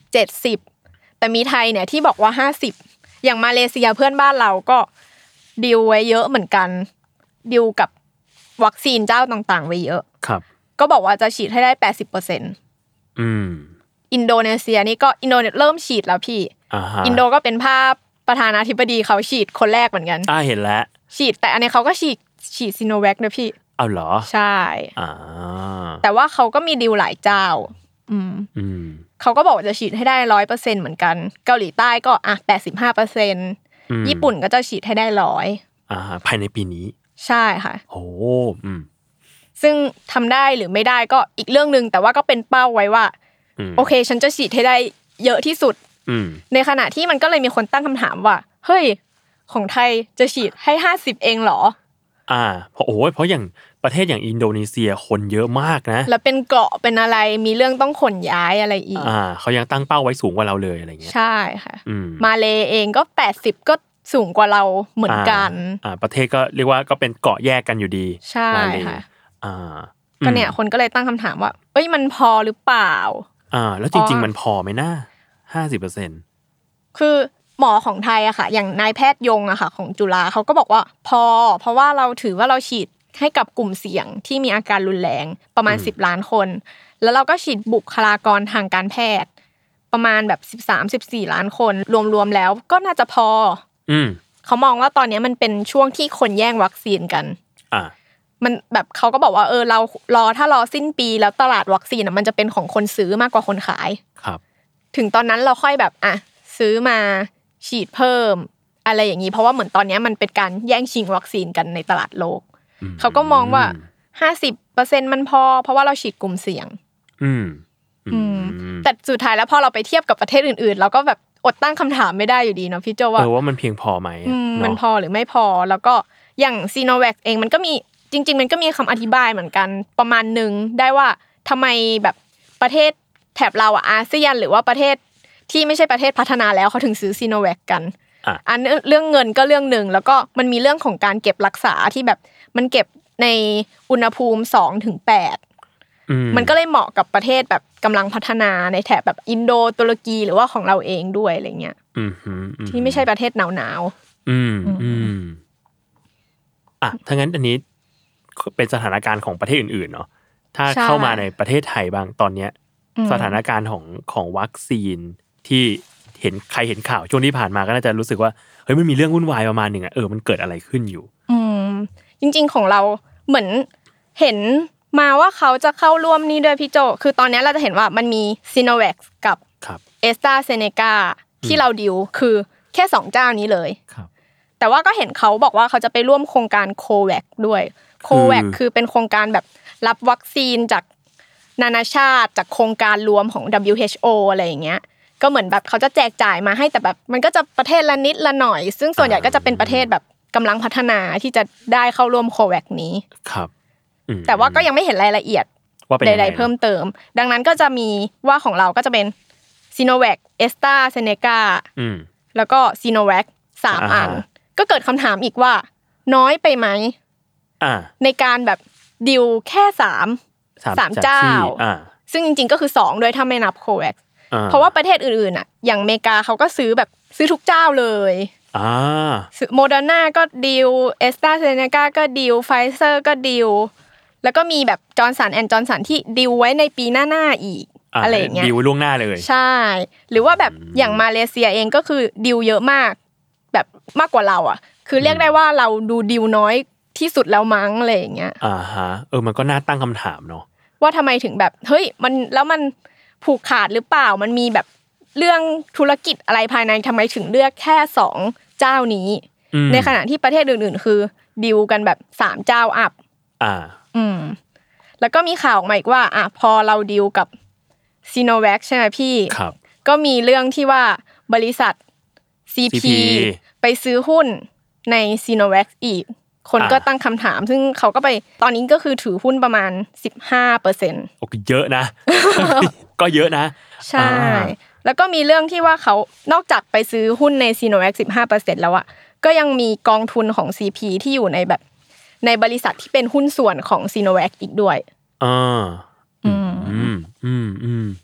Speaker 5: เจ็ดสิบแต่มีไทยเนี่ยที่บอกว่าห้าสิบอย่างมาเลเซียเพื่อนบ้านเราก็ดีลไว้เยอะเหมือนกันดีลกับวัคซีนเจ้าต่างๆไว้เยอะ
Speaker 4: ครับ
Speaker 5: ก็บอกว่าจะฉีดให้ได้ แปดสิบเปอร์เซ็นต์
Speaker 4: อืม
Speaker 5: อินโดนีเซียนี่ก็อินโดเริ่มฉีดแล้วพี่
Speaker 4: อ่าฮะ
Speaker 5: อินโดก็เป็นภาพประธานาธิบดีเขาฉีดคนแรกเหมือนกัน
Speaker 4: อ่าเห็นแล้ว
Speaker 5: ฉีดแต่อันนี้เขาก็ฉีดฉีดซิโนแวคนะพี่
Speaker 4: เอาเหรอ
Speaker 5: ใช่
Speaker 4: อ่า
Speaker 5: แต่ว่าเขาก็มีดีลหลายเจ้าอืม
Speaker 4: อืม
Speaker 5: เขาก็บอกว่าจะฉีดให้ได้ ร้อยเปอร์เซ็นต์ เหมือนกันเกาหลีใต้ก็อ่ะ แปดสิบห้าเปอร์เซ็นต์ ญี่ปุ่นก็จะฉีดให้ได้หนึ่งร้อย
Speaker 4: อ่าภายในปีนี้
Speaker 5: ใช่ค่ะ
Speaker 4: โอ้อืม
Speaker 5: ซึ่งทำได้หรือไม่ได้ก็อีกเรื่องนึงแต่ว่าก็เป็นเป้าไว้ว่าโอเคฉันจะฉีดให้ได้เยอะที่สุดในขณะที่มันก็เลยมีคนตั้งคำถามว่าเฮ้ยของไทยจะฉีดให้ห้าสิบเองเหรอ
Speaker 4: อ่าเพราะโอ้ยเพราะอย่างประเทศอย่างอินโดนีเซียคนเยอะมากนะ
Speaker 5: แล้วเป็นเกาะเป็นอะไรมีเรื่องต้องขนย้ายอะไรอีก
Speaker 4: อ่าเขายังตั้งเป้าไว้สูงกว่าเราเลยอะไรเงี้ย
Speaker 5: ใช่ค่ะมาเลเองก็แปดสิบก็สูงกว่าเราเหมือนกัน
Speaker 4: อ่าประเทศก็เรียกว่าก็เป็นเกาะแยกกันอยู่ดี
Speaker 5: ใช่ค่ะ
Speaker 4: อ่า
Speaker 5: ก็เนี่ยคนก็เลยตั้งคำถามว่าเอ้ยมันพอหรือเปล่า
Speaker 4: อ่าแล้วจริงๆมันพอไหมนะ ห้าสิบเปอร์เซ็นต์
Speaker 5: คือหมอของไทยอะค่ะอย่างนายแพทย์ยงอะค่ะของจุฬาเขาก็บอกว่าพอเพราะว่าเราถือว่าเราฉีดให้กับกลุ่มเสี่ยงที่มีอาการรุนแรงประมาณสิบล้านคนแล้วเราก็ฉีดบุคลากรทางการแพทย์ประมาณแบบสิบสาม สิบสี่ล้านคนรวมๆแล้วก็น่าจะพอ
Speaker 4: อืม
Speaker 5: เขามองว่าตอนนี้มันเป็นช่วงที่คนแย่งวัคซีนกัน
Speaker 4: อ่า
Speaker 5: มันแบบเขาก็บอกว่าเออเรารอถ้ารอสิ้นปีแล้วตลาดวัคซีนอ่ะมันจะเป็นของคนซื้อมากกว่าคนขาย
Speaker 4: ครับ
Speaker 5: ถึงตอนนั้นเราค่อยแบบอ่ะซื้อมาฉีดเพิ่มอะไรอย่างนี้เพราะว่าเหมือนตอนนี้มันเป็นการแย่งชิงวัคซีนกันในตลาดโลกเขาก็มองว่า ห้าสิบเปอร์เซ็นต์ มันพอเพราะว่าเราฉีดกลุ่มเสี่ยง
Speaker 4: อืม
Speaker 5: อืมแต่สุดท้ายแล้วพอเราไปเทียบกับประเทศอื่นๆเราก็แบบอดตั้งคำถามไม่ได้อยู่ดีเนาะพี่โจว่า
Speaker 4: เออว่ามันเพียงพอไหม
Speaker 5: มันพอหรือไม่พอแล้วก็อย่างซีโนแวคเองมันก็มีจริงๆมันก็มีคำอธิบายเหมือนกันประมาณนึงได้ว่าทำไมแบบประเทศแถบเราอ่ะอาเซียนหรือว่าประเทศที่ไม่ใช่ประเทศพัฒนาแล้วเขาถึงซื้อซีโนแวคกันอันเรื่องเงินก็เรื่องนึงแล้วก็มันมีเรื่องของการเก็บรักษาที่แบบมันเก็บในอุณหภูมิ สองถึงแปด มันก็เลยเหมาะกับประเทศแบบกำลังพัฒนาในแถบแบบอินโดตุรกีหรือว่าของเราเองด้วยอะไรเงี้ยที่ไม่ใช่ประเทศหนาว
Speaker 4: ๆอืมอืมอ่ะถ้างั้นอันนี้เป็นสถานการณ์ของประเทศอื่นๆเนาะถ้าเข้ามาในประเทศไทยบ้างตอนเนี้ยสถานการณ์ของของวัคซีนที่เห็นใครเห็นข่าวช่วงที่ผ่านมาก็น่าจะรู้สึกว่าเฮ้ยมันมีเรื่องวุ่นวายประมาณนึงอ่ะเออมันเกิดอะไรขึ้นอยู่
Speaker 5: อืมจริงๆของเราเหมือนเห็นมาว่าเขาจะเข้าร่วมนี่ด้วยพี่โจคือตอนนี้เราจะเห็นว่ามันมีซิโนแวคกับเอสตราเซเนกาที่เราดิวคือแค่สองเจ้านี้เลยแต่ว่าก็เห็นเขาบอกว่าเขาจะไปร่วมโครงการโคแวคด้วยโคแวคคือเป็นโครงการแบบรับวัคซีนจากนานาชาติจากโครงการรวมของ ดับเบิลยู เอช โอ อะไรอย่างเงี้ยก็เหมือนแบบเขาจะแจกจ่ายมาให้แต่แบบมันก็จะประเทศละนิดละหน่อยซึ่งส่วนใหญ่ก็จะเป็นประเทศแบบกำลังพัฒนาที่จะได้เข้าร่วมโคแวคนี้
Speaker 4: ครับ
Speaker 5: แต่ว่าก็ยังไม่เห็นรายละเอียดใดๆเพิ่มเติมดังนั้นก็จะมีว่าของเราก็จะเป็นซิโนแวคเอสตราเซเนกาแล้วก็ซิโนแวคสามอันก็เกิดคำถามอีกว่าน้อยไปไหมในการแบบดิวแค่สามสามเจ้าซึ่งจริงๆก็คือสองโดยถ้าไม่นับโคแวคเพราะว่าประเทศอื่นๆอ่ะอย่างอเมริกาเขาก็ซื้อแบบซื้อทุกเจ้าเลย
Speaker 4: อ่า
Speaker 5: โมเดอร์นาก็ดิวเอสตราเซเนกาก็ดิวไฟเซอร์ก็ดิวแล้วก็มีแบบจอห์นสันแอนด์จอห์นสันที่ดิวไว้ในปีหน้าๆอีกอะไรอย่างเงี้ย
Speaker 4: ดิวล่วงหน้าเลย
Speaker 5: ใช่หรือว่าแบบอย่างมาเลเซียเองก็คือดิวเยอะมากแบบมากกว่าเราอ่ะคือเรียกได้ว่าเราดูดิวน้อยที่สุดแล้วมั้งอะไรอย่างเงี้ย
Speaker 4: อ่าฮะเออมันก็น่าตั้งคำถามเนาะ
Speaker 5: ว่าทำไมถึงแบบเฮ้ยมันแล้วมันผูกขาดหรือเปล่ามันมีแบบเรื่องธุรกิจอะไรภายในทำไมถึงเลือกแค่สองเจ้านี้ในขณะที่ประเทศอื่นๆคือดิวกันแบบสามเจ้าอัพ
Speaker 4: อ่า
Speaker 5: อืมแล้วก็มีข่าวออกมาอีกว่าอ่ะพอเราดิวกับซิโนแวคใช่ไหมพี่
Speaker 4: ครับ
Speaker 5: ก็มีเรื่องที่ว่าบริษัท ซี พี ไปซื้อหุ้นในซิโนแวคอีกคนก็ตั้งคำถามซึ่งเขาก็ไปตอนนี้ก็คือถือหุ้นประมาณ สิบห้าเปอร์เซ็นต์
Speaker 4: โอ้ก็เยอะนะ ก็เยอะนะ
Speaker 5: ใช่แล้วก็มีเรื่องที่ว่าเขานอกจากไปซื้อหุ้นในซิโนแวค สิบห้าเปอร์เซ็นต์ แล้วอ่ะก็ยังมีกองทุนของ ซี พี ที่อยู่ในแบบในบริษัทที่เป็นหุ้นส่วนของซิโนแวคอีกด้วย
Speaker 4: อ่าอืมอืมอืม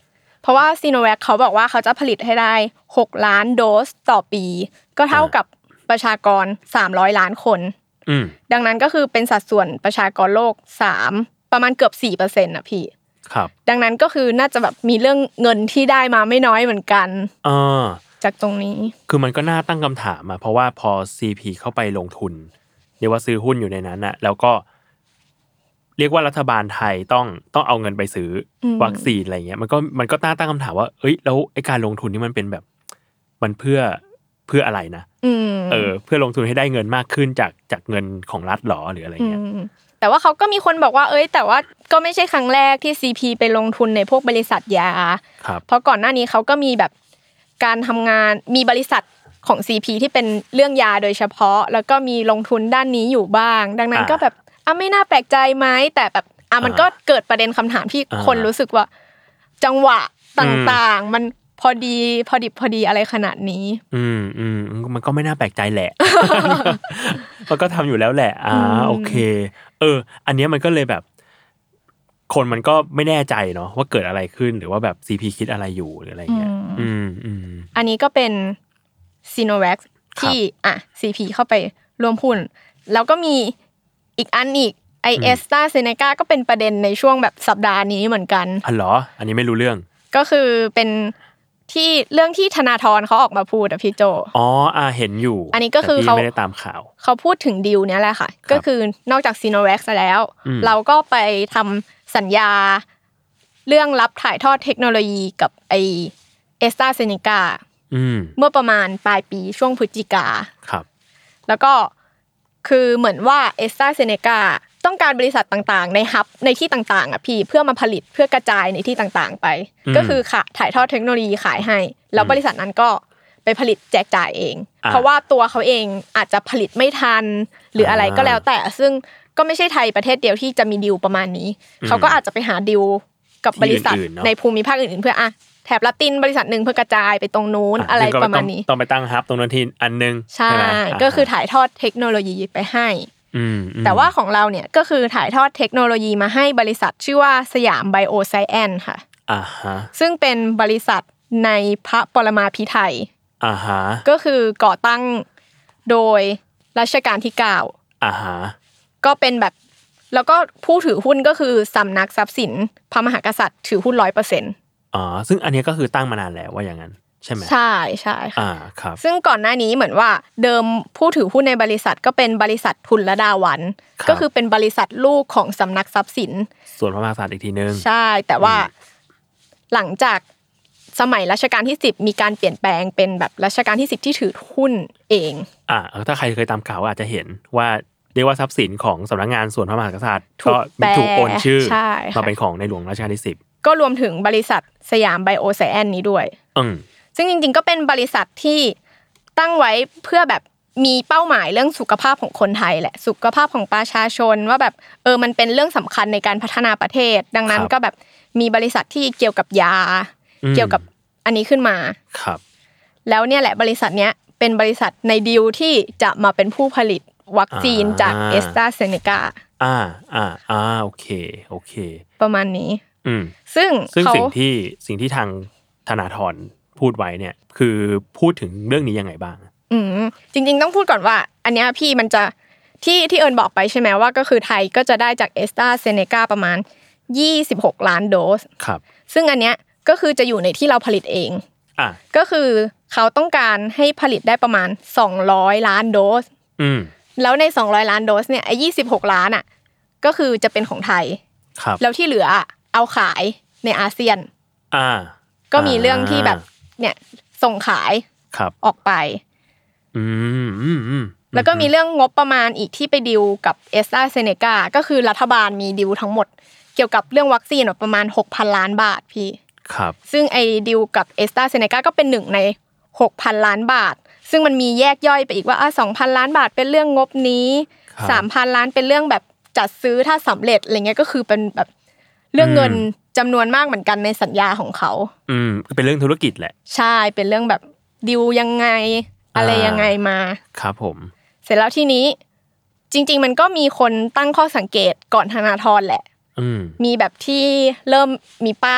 Speaker 5: เพราะว่าซีโนแวคเขาบอกว่าเขาจะผลิตให้ได้หกล้านโดสต่อปีก็เท่ากับประชากรสามร้อยล้านคน
Speaker 4: อืม
Speaker 5: ดังนั้นก็คือเป็นสัดส่วนประชากรโลกสามประมาณเกือบ สี่เปอร์เซ็นต์ น่ะพี่
Speaker 4: ครับ
Speaker 5: ดังนั้นก็คือน่าจะแบบมีเรื่องเงินที่ได้มาไม่น้อยเหมือนกัน
Speaker 4: เออ
Speaker 5: จากตรงนี้
Speaker 4: คือมันก็น่าตั้งคำถามอ่ะเพราะว่าพอ ซี พี เข้าไปลงทุนเรียกว่าซื้อหุ้นอยู่ในนั้นน่ะแล้วก็เรียกว่ารัฐบาลไทยต้องต้องเอาเงินไปซื้อวัคซีนอะไรเงี้ยมันก็มันก็น่าตั้งคำถามว่าเอ้ยแล้วไอ้การลงทุนนี่มันเป็นแบบมันเพื่อเพื่ออะไรนะเออเพื่อลงทุนให้ได้เงินมากขึ้นจากจากเงินของรัฐหรอหรืออะไรเงี้ย
Speaker 5: แต่ว่าเขาก็มีคนบอกว่าเอ้ยแต่ว่าก็ไม่ใช่ครั้งแรกที่ ซี พี ไปลงทุนในพวกบริษัทยาเพราะก่อนหน้านี้เขาก็มีแบบการทำงานมีบริษัทของ ซี พี ที่เป็นเรื่องยาโดยเฉพาะแล้วก็มีลงทุนด้านนี้อยู่บ้างดังนั้นก็แบบอ่ะไม่น่าแปลกใจไหมแต่แบบอ่ะมันก็เกิดประเด็นคำถามที่คนรู้สึกว่าจังหวะต่างๆมันพอดีพอดิบพอดีอะไรขนาดนี้
Speaker 4: อืมอืมมันก็ไม่น่าแปลกใจแหละ มันก็ทำอยู่แล้วแหละอ่าโอเคเอออันนี้มันก็เลยแบบคนมันก็ไม่แน่ใจเนาะว่าเกิดอะไรขึ้นหรือว่าแบบ ซี พี คิดอะไรอยู่หรืออะไรเงี้ยอืมอืม
Speaker 5: อันนี้ก็เป็นซีโนแวคที่อ่ะ ซี พี เข้าไปร่วมหุ้นแล้วก็มีอีกอันอีกไอเอสตาเซเนกาก็เป็นประเด็นในช่วงแบบสัปดาห์นี้เหมือนกัน
Speaker 4: อ๋อเหรออันนี้ไม่รู้เรื่อง
Speaker 5: ก็คือเป็นที่เรื่องที่ธนาธรเขาออกมาพูดอ่ะพี่โจ
Speaker 4: อ๋ออ่าเห็นอยู่
Speaker 5: อันนี้ก็คือเขา
Speaker 4: ไม่ได้ตามข่าว
Speaker 5: เขาพูดถึงดีลเนี้ยแหละค่ะก็คือนอกจากซีโนแวคแล้วเราก็ไปทำสัญญาเรื่องรับถ่ายทอดเทคโนโลยีกับไอเอสตาเซเนกาเมื่อประมาณปลายปีช่วงพฤศจิกา
Speaker 4: ครับ
Speaker 5: แล้วก็คือเหมือนว่าเอสตาเซเนกาต้องการบริษัทต่างๆในฮับในที่ต่างๆอ่ะพี่เพื่อมาผลิตเพื่อกระจายในที่ต่างๆไปก็คือค่ะถ่ายทอดเทคโนโลยีขายให้แล้วบริษัทนั้นก็ไปผลิตแจกจ่ายเองเพราะว่าตัวเขาเองอาจจะผลิตไม่ทันหรืออะไรก็แล้วแต่ซึ่งก็ไม่ใช่ไทยประเทศเดียวที่จะมีดีลประมาณนี้เขาก็อาจจะไปหาดีลกับบริษัทในภูมิภาคอื่นๆเพื่ออ่ะแถบละตินบริษัทนึงเพื่อกระจายไปตรงนู้นอะไรประมาณนี้
Speaker 4: ต้องไปตั้งฮับตรงนั้นทีอันนึง
Speaker 5: ใช่ก็คือถ่ายทอดเทคโนโลยีไปให้แต่ว่าของเราเนี่ยก็คือถ่ายทอดเทคโนโลยีมาให้บริษัทชื่อว่าสยามไบโอไซแอนซ์ค่ะ
Speaker 4: อ่าฮะ
Speaker 5: ซึ่งเป็นบริษัทในพระปรมาภิไธย
Speaker 4: อ่าฮะ
Speaker 5: ก็คือก่อตั้งโดยรัชกาลที่เก้า
Speaker 4: อ่าฮะ
Speaker 5: ก็เป็นแบบแล้วก็ผู้ถือหุ้นก็คือสำนักทรัพย์สินพระมหากษัตริย์ถือหุ้น ร้อยเปอร์เซ็นต์
Speaker 4: อ๋อซึ่งอันนี้ก็คือตั้งมานานแล้วว่าอย่างนั้นใช่ไหม
Speaker 5: ใช่ใช่
Speaker 4: ค่ะอ่าครับ
Speaker 5: ซึ่งก่อนหน้านี้เหมือนว่าเดิมผู้ถือหุ้นในบริษัทก็เป็นบริษัททุนระดาวันก็คือเป็นบริษัทลูกของสำนักทรัพย์สิน
Speaker 4: ส่วนพระมหากษัตริย์อีกทีนึง
Speaker 5: ใช่แต่ว่าหลังจากสมัยรัชกาลที่สิบมีการเปลี่ยนแปลงเป็นแบบรัชกาลที่สิบที่ถือหุ้นเอง
Speaker 4: อ่าถ้าใครเคยตามข่าวอาจจะเห็นว่าเรียกว่าทรัพย์สินของสำนักงานส่วนพระมหากษัตริย์ก็ถูกโอนชื่อมาเป็นของในหลวงรัชกาลที่สิบ
Speaker 5: ก็รวมถึงบริษัทสยามไบโอไซแอนซ์นี้ด้วย
Speaker 4: อืม
Speaker 5: ซึ่งจริงๆก็เป็นบริษัทที่ตั้งไว้เพื่อแบบมีเป้าหมายเรื่องสุขภาพของคนไทยแหละสุขภาพของประชาชนว่าแบบเออมันเป็นเรื่องสำคัญในการพัฒนาประเทศดังนั้นก็แบบมีบริษัทที่เกี่ยวกับยาเกี่ยวกับอันนี้ขึ้นมา
Speaker 4: ครับ
Speaker 5: แล้วเนี่ยแหละบริษัทเนี้ยเป็นบริษัทในดีลที่จะมาเป็นผู้ผลิตวัคซีนจากเอสตราเซเนกา
Speaker 4: อ่าอ่าอ่าโอเคโอเค
Speaker 5: ประมาณนี้
Speaker 4: อืม
Speaker 5: ซึ่ง
Speaker 4: ซึ่งสิ่งที่สิ่งที่ทางธนาธรพูดไว้เนี่ยคือพูดถึงเรื่องนี้ยังไงบ้าง
Speaker 5: อืมจริงๆต้องพูดก่อนว่าอันเนี้ยพี่มันจะที่ที่เอิญบอกไปใช่ไหมว่าก็คือไทยก็จะได้จากเอสตราเซเนกาประมาณยี่สิบหกล้านโดส
Speaker 4: ครับ
Speaker 5: ซึ่งอันเนี้ยก็คือจะอยู่ในที่เราผลิตเอง
Speaker 4: อ่ะ
Speaker 5: ก็คือเขาต้องการให้ผลิตได้ประมาณสองร้อยล้านโดส
Speaker 4: อืม
Speaker 5: แล้วในสองร้อยล้านโดสเนี่ยไอ้ยี่สิบหกล้านอ่ะก็คือจะเป็นของไทย
Speaker 4: ครับ
Speaker 5: แล้วที่เหลือเอาขายในอาเซียน
Speaker 4: อ่า
Speaker 5: ก็มีเรื่องที่แบบเนี่ยส่งขายออกไป
Speaker 4: อืมอืมอืม
Speaker 5: แล้วก็มีเรื่องงบประมาณอีกที่ไปดีลกับเอสตราเซเนกาก็คือรัฐบาลมีดีลทั้งหมดเกี่ยวกับเรื่องวัคซีนประมาณ หกพันล้านบาทพี่
Speaker 4: ครับ
Speaker 5: ซึ่งไอ้ดีลกับเอสตราเซเนกาก็เป็นหนึ่งใน หกพันล้านบาทซึ่งมันมีแยกย่อยไปอีกว่าอ่ะ สองพันล้านบาทเป็นเรื่องงบนี้ สามพันล้านเป็นเรื่องแบบจัดซื้อถ้าสำเร็จอะไรเงี้ยก็คือเป็นแบบเรื่องเงินจำนวนมากเหมือนกันในสัญญาของเขา
Speaker 4: อืมเป็นเรื่องธุรกิจแหละ
Speaker 5: ใช่เป็นเรื่องแบบดีลยังไงอะไรยังไงมา
Speaker 4: ครับผม
Speaker 5: เสร็จแล้วทีนี้จริงๆมันก็มีคนตั้งข้อสังเกตก่อนธนาธรแหละมีแบบที่เริ่มมีป้าย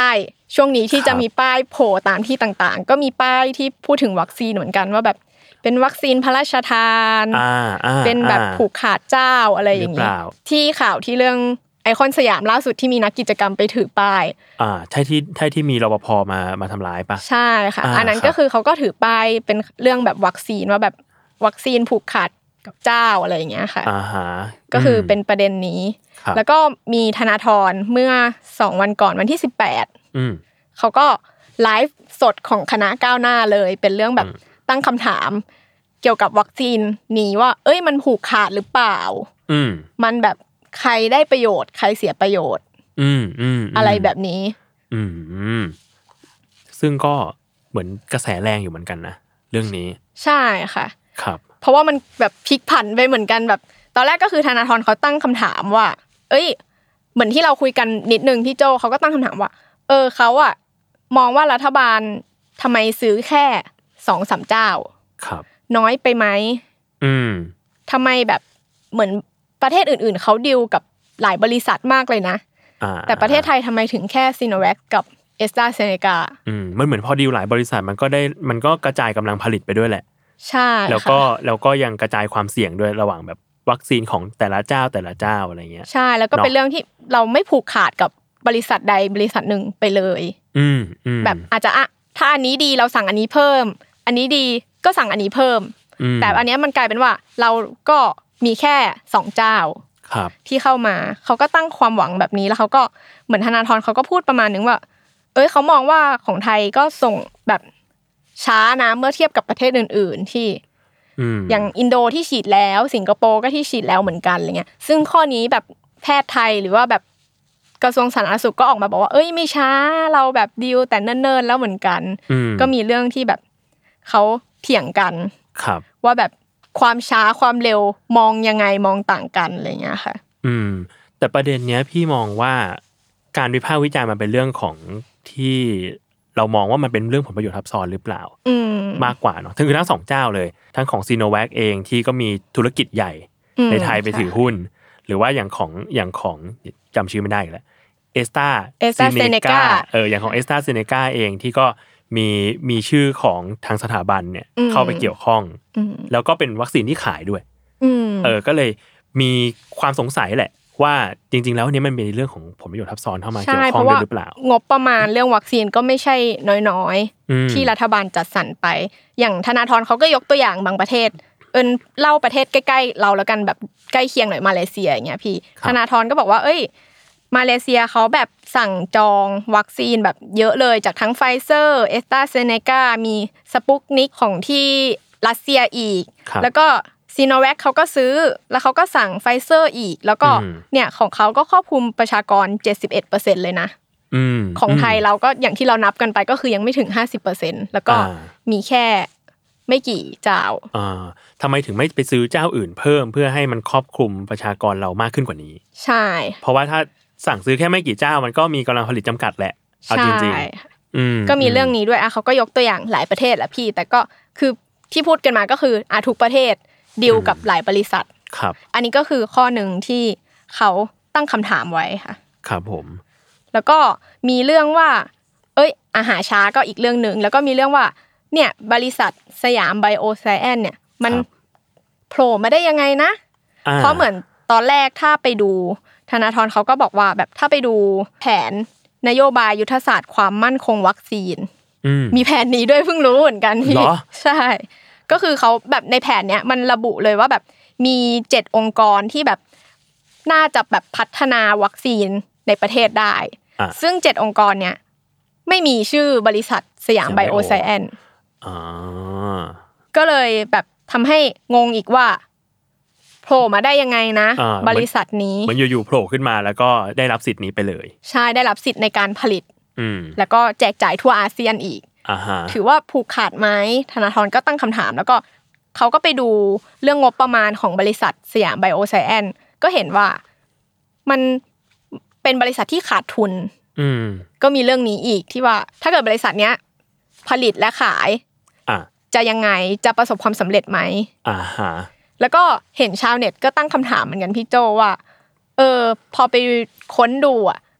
Speaker 5: ช่วงนี้ที่จะมีป้ายโผล่ตามที่ต่างๆก็มีป้ายที่พูดถึงวัคซีนเหมือนกันว่าแบบเป็นวัคซีนพระราชทานเป็นแบบผูกขาดเจ้าอะไรอย่างนี้ที่ข่าวที่เรื่องไอคอนสยามล่าสุดที่มีนักกิจกรรมไปถือป้าย
Speaker 4: อ่าใช่ที่ใช่ที่มีรปภมามาทำร้ายปะ
Speaker 5: ใช่ค่ะอันนั้นก็คือเขาก็ถือป้ายเป็นเรื่องแบบวัคซีนว่าแบบวัคซีนผูกขาดกับเจ้าอะไรอย่างเงี้ยค่ะ
Speaker 4: อ่าฮะ
Speaker 5: ก็คือเป็นประเด็นนี้แล้วก็มีธนาธรเมื่อสองวันก่อนวันที่สิบแปดอืมเขาก็ไลฟ์สดของคณะก้าวหน้าเลยเป็นเรื่องแบบตั้งคำถามเกี่ยวกับวัคซีนนี้ว่าเอ้ยมันผูกขาดหรือเปล่าอืมมันแบบใครได้ประโยชน์ใครเสียประโยชน์อืมอืมอะไรแบบนี้
Speaker 4: อืมซึ่งก็เหมือนกระแสแรงอยู่เหมือนกันนะเรื่องนี้
Speaker 5: ใช่ค่ะ
Speaker 4: ครับ
Speaker 5: เพราะว่ามันแบบพลิกผันไปเหมือนกันแบบตอนแรกก็คือธนาธรเขาตั้งคำถามว่าเอ้ยเหมือนที่เราคุยกันนิดนึงพี่โจเขาก็ตั้งคำถามว่าเออเขาอะมองว่ารัฐบาลทำไมซื้อแค่ สองถึงสาม เจ้า
Speaker 4: ครับ
Speaker 5: น้อยไปไหมอืมทำไมแบบเหมือนประเทศอื่นๆเขาดีลกับหลายบริษัทมากเลยนะแต่ประเทศไทยทำไมถึงแค่ซีโนแวคกับเอสตราเซเนกา
Speaker 4: อืมมันเหมือนพอดีลหลายบริษัทมันก็ได้มันก็กระจายกำลังผลิตไปด้วยแหละ
Speaker 5: ใช่
Speaker 4: แล้วก็แล้วก็ยังกระจายความเสี่ยงด้วยระหว่างแบบวัคซีนของแต่ละเจ้าแต่ละเจ้าอะไรเงี้ย
Speaker 5: ใช่แล้วก็เป็นเรื่องที่เราไม่ผูกขาดกับบริษัทใดบริษัทหนึ่งไปเลย
Speaker 4: อืม
Speaker 5: แบบอาจจะอะถ้าอันนี้ดีเราสั่งอันนี้เพิ่มอันนี้ดีก็สั่งอันนี้เพิ่มแต่อันนี้มันกลายเป็นว่าเราก็มีแค่สองเจ้าที่เข้ามาเขาก็ตั้งความหวังแบบนี้แล้วเขาก็เหมือนธนาธรเขาก็พูดประมาณนึงว่าเอ้ยเขามองว่าของไทยก็ส่งแบบช้านะเมื่อเทียบกับประเทศอื่นๆที่อย่างอินโดที่ฉีดแล้วสิงคโปร์ก็ที่ฉีดแล้วเหมือนกันอะไรเงี้ยซึ่งข้อนี้แบบแพทย์ไทยหรือว่าแบบกระทรวงสาธารณสุขก็ออกมาบอกว่าเอ้ยไม่ช้าเราแบบดีลแต่เนิ่นๆแล้วเหมือนกันก็มีเรื่องที่แบบเขาเถียงกันว่าแบบความช้าความเร็วมองยังไงมองต่างกันอะไรเงี้ยค่ะ
Speaker 4: อืมแต่ประเด็นเนี้ยพี่มองว่าการวิพากษ์วิจารณ์มันเป็นเรื่องของที่เรามองว่ามันเป็นเรื่องผลประโยชน์ทับซ้อนหรือเปล่ามากกว่าเนาะคือทั้งสองเจ้าเลยทั้งของซีโนแวคเองที่ก็มีธุรกิจใหญ่ในไทยไปถือหุ้นหรือว่าอย่างของอย่างของจำชื่อไม่ได้อีกแล้วเอสตา
Speaker 5: เซเนกา
Speaker 4: เอออย่างของเอสตาเซเนกาเองที่ก็มีมีชื่อของทางสถาบันเนี่ยเข้าไปเกี่ยวข้องแล้วก็เป็นวัคซีนที่ขายด้วยเออก็เลยมีความสงสัยแหละว่าจริงๆแล้วเนี่ยมันเป็นเรื่องของผลประโยชน์ทับซ้อนเข้ามาเกี่ยวข้องด้วยหรือเปล่าง
Speaker 5: บประมาณเรื่องวัคซีนก็ไม่ใช่น้อยๆที่รัฐบาลจัดสรรไปอย่างธนาธรเขาก็ยกตัวอย่างบางประเทศเอิ้นเล่าประเทศใกล้ๆเราแล้วกันแบบใกล้เคียงหน่อยมาเลเซียอย่างเงี้ยพี่ธนาธรก็บอกว่าเอ้ยมาเลเซียเขาแบบสั่งจองวัคซีนแบบเยอะเลยจากทั้งไฟเซอร์เอสตราเซเนกามีสปุกนิกของที่รัสเซียอีกแล้วก็ซีโนแวคเขาก็ซื้อแล้วเขาก็สั่งไฟเซอร์อีกแล้วก็เนี่ยของเขาก็ครอบคลุมประชากร เจ็ดสิบเอ็ดเปอร์เซ็นต์ เลยนะของไทยเราก็อย่างที่เรานับกันไปก็คือยังไม่ถึง ห้าสิบเปอร์เซ็นต์ แล้วก็มีแค่ไม่กี่เจ้า
Speaker 4: อ่าทำไมถึงไม่ไปซื้อเจ้าอื่นเพิ่มเพื่อให้มันครอบคลุมประชากรเรามากขึ้นกว่านี้
Speaker 5: ใช่
Speaker 4: เพราะว่าถ้าสั่งซื้อแค่ไม่กี่เจ้ามันก็มีกำลังผลิตจำกัดแหละเอาจริง
Speaker 5: ๆก็มีเรื่องนี้ด้วยอ่ะเขาก็ยกตัวอย่างหลายประเทศแหละพี่แต่ก็คือที่พูดกันมาก็คืออ่ะทุกประเทศดีลกับหลายบริษัท
Speaker 4: ครับ
Speaker 5: อันนี้ก็คือข้อหนึ่งที่เขาตั้งคำถามไว้ค่ะ
Speaker 4: ครับผม
Speaker 5: แล้วก็มีเรื่องว่าเอ้ยอาหารช้าก็อีกเรื่องนึงแล้วก็มีเรื่องว่าเนี่ยบริษัทสยามไบโอไซแอนซ์เนี่ยมันโผล่มาได้ยังไงนะเพราะเหมือนตอนแรกถ้าไปดูธนาธรเขาก็บอกว่าแบบถ้าไปดูแผนนโยบายยุทธศาสตร์ความมั่นคงวัคซีนมีแผนนี้ด้วยเพิ่งรู้เหมือนกันพี่ใช่ก็คือเขาแบบในแผนเนี้ยมันระบุเลยว่าแบบมีเจ็ดองค์กรที่แบบน่าจะแบบพัฒนาวัคซีนในประเทศได้ซึ่งเจ็ดองค์กรเนี้ยไม่มีชื่อบริษัทสยามไบโอไซแอนซ์ก็เลยแบบทำให้งงอีกว่าโผล่มาได้ยังไงนะบริษัทนี้
Speaker 4: มันอยู่ๆโผล่ขึ้นมาแล้วก็ได้รับสิทธิ์นี้ไปเลย
Speaker 5: ใช่ได้รับสิทธิ์ในการผลิตแล้วก็แจกจ่ายทั่วอาเซียนอีกถือว่าผูกขาดไหมธนาธรก็ตั้งคำถามแล้วก็เขาก็ไปดูเรื่องงบประมาณของบริษัทสยามไบโอไซแอนซ์ก็เห็นว่ามันเป็นบริษัทที่ขาดทุนก็มีเรื่องนี้อีกที่ว่าถ้าเกิดบริษัทเนี้ยผลิตและขายจะยังไงจะประสบความสำเร็จไหม
Speaker 4: อ่าฮะ
Speaker 5: แล้วก็เห็นชาวเน็ตก็ตั้งคำถามเหมือนกันพี่โจว่าเออพอไปค้นดูอ่ะก็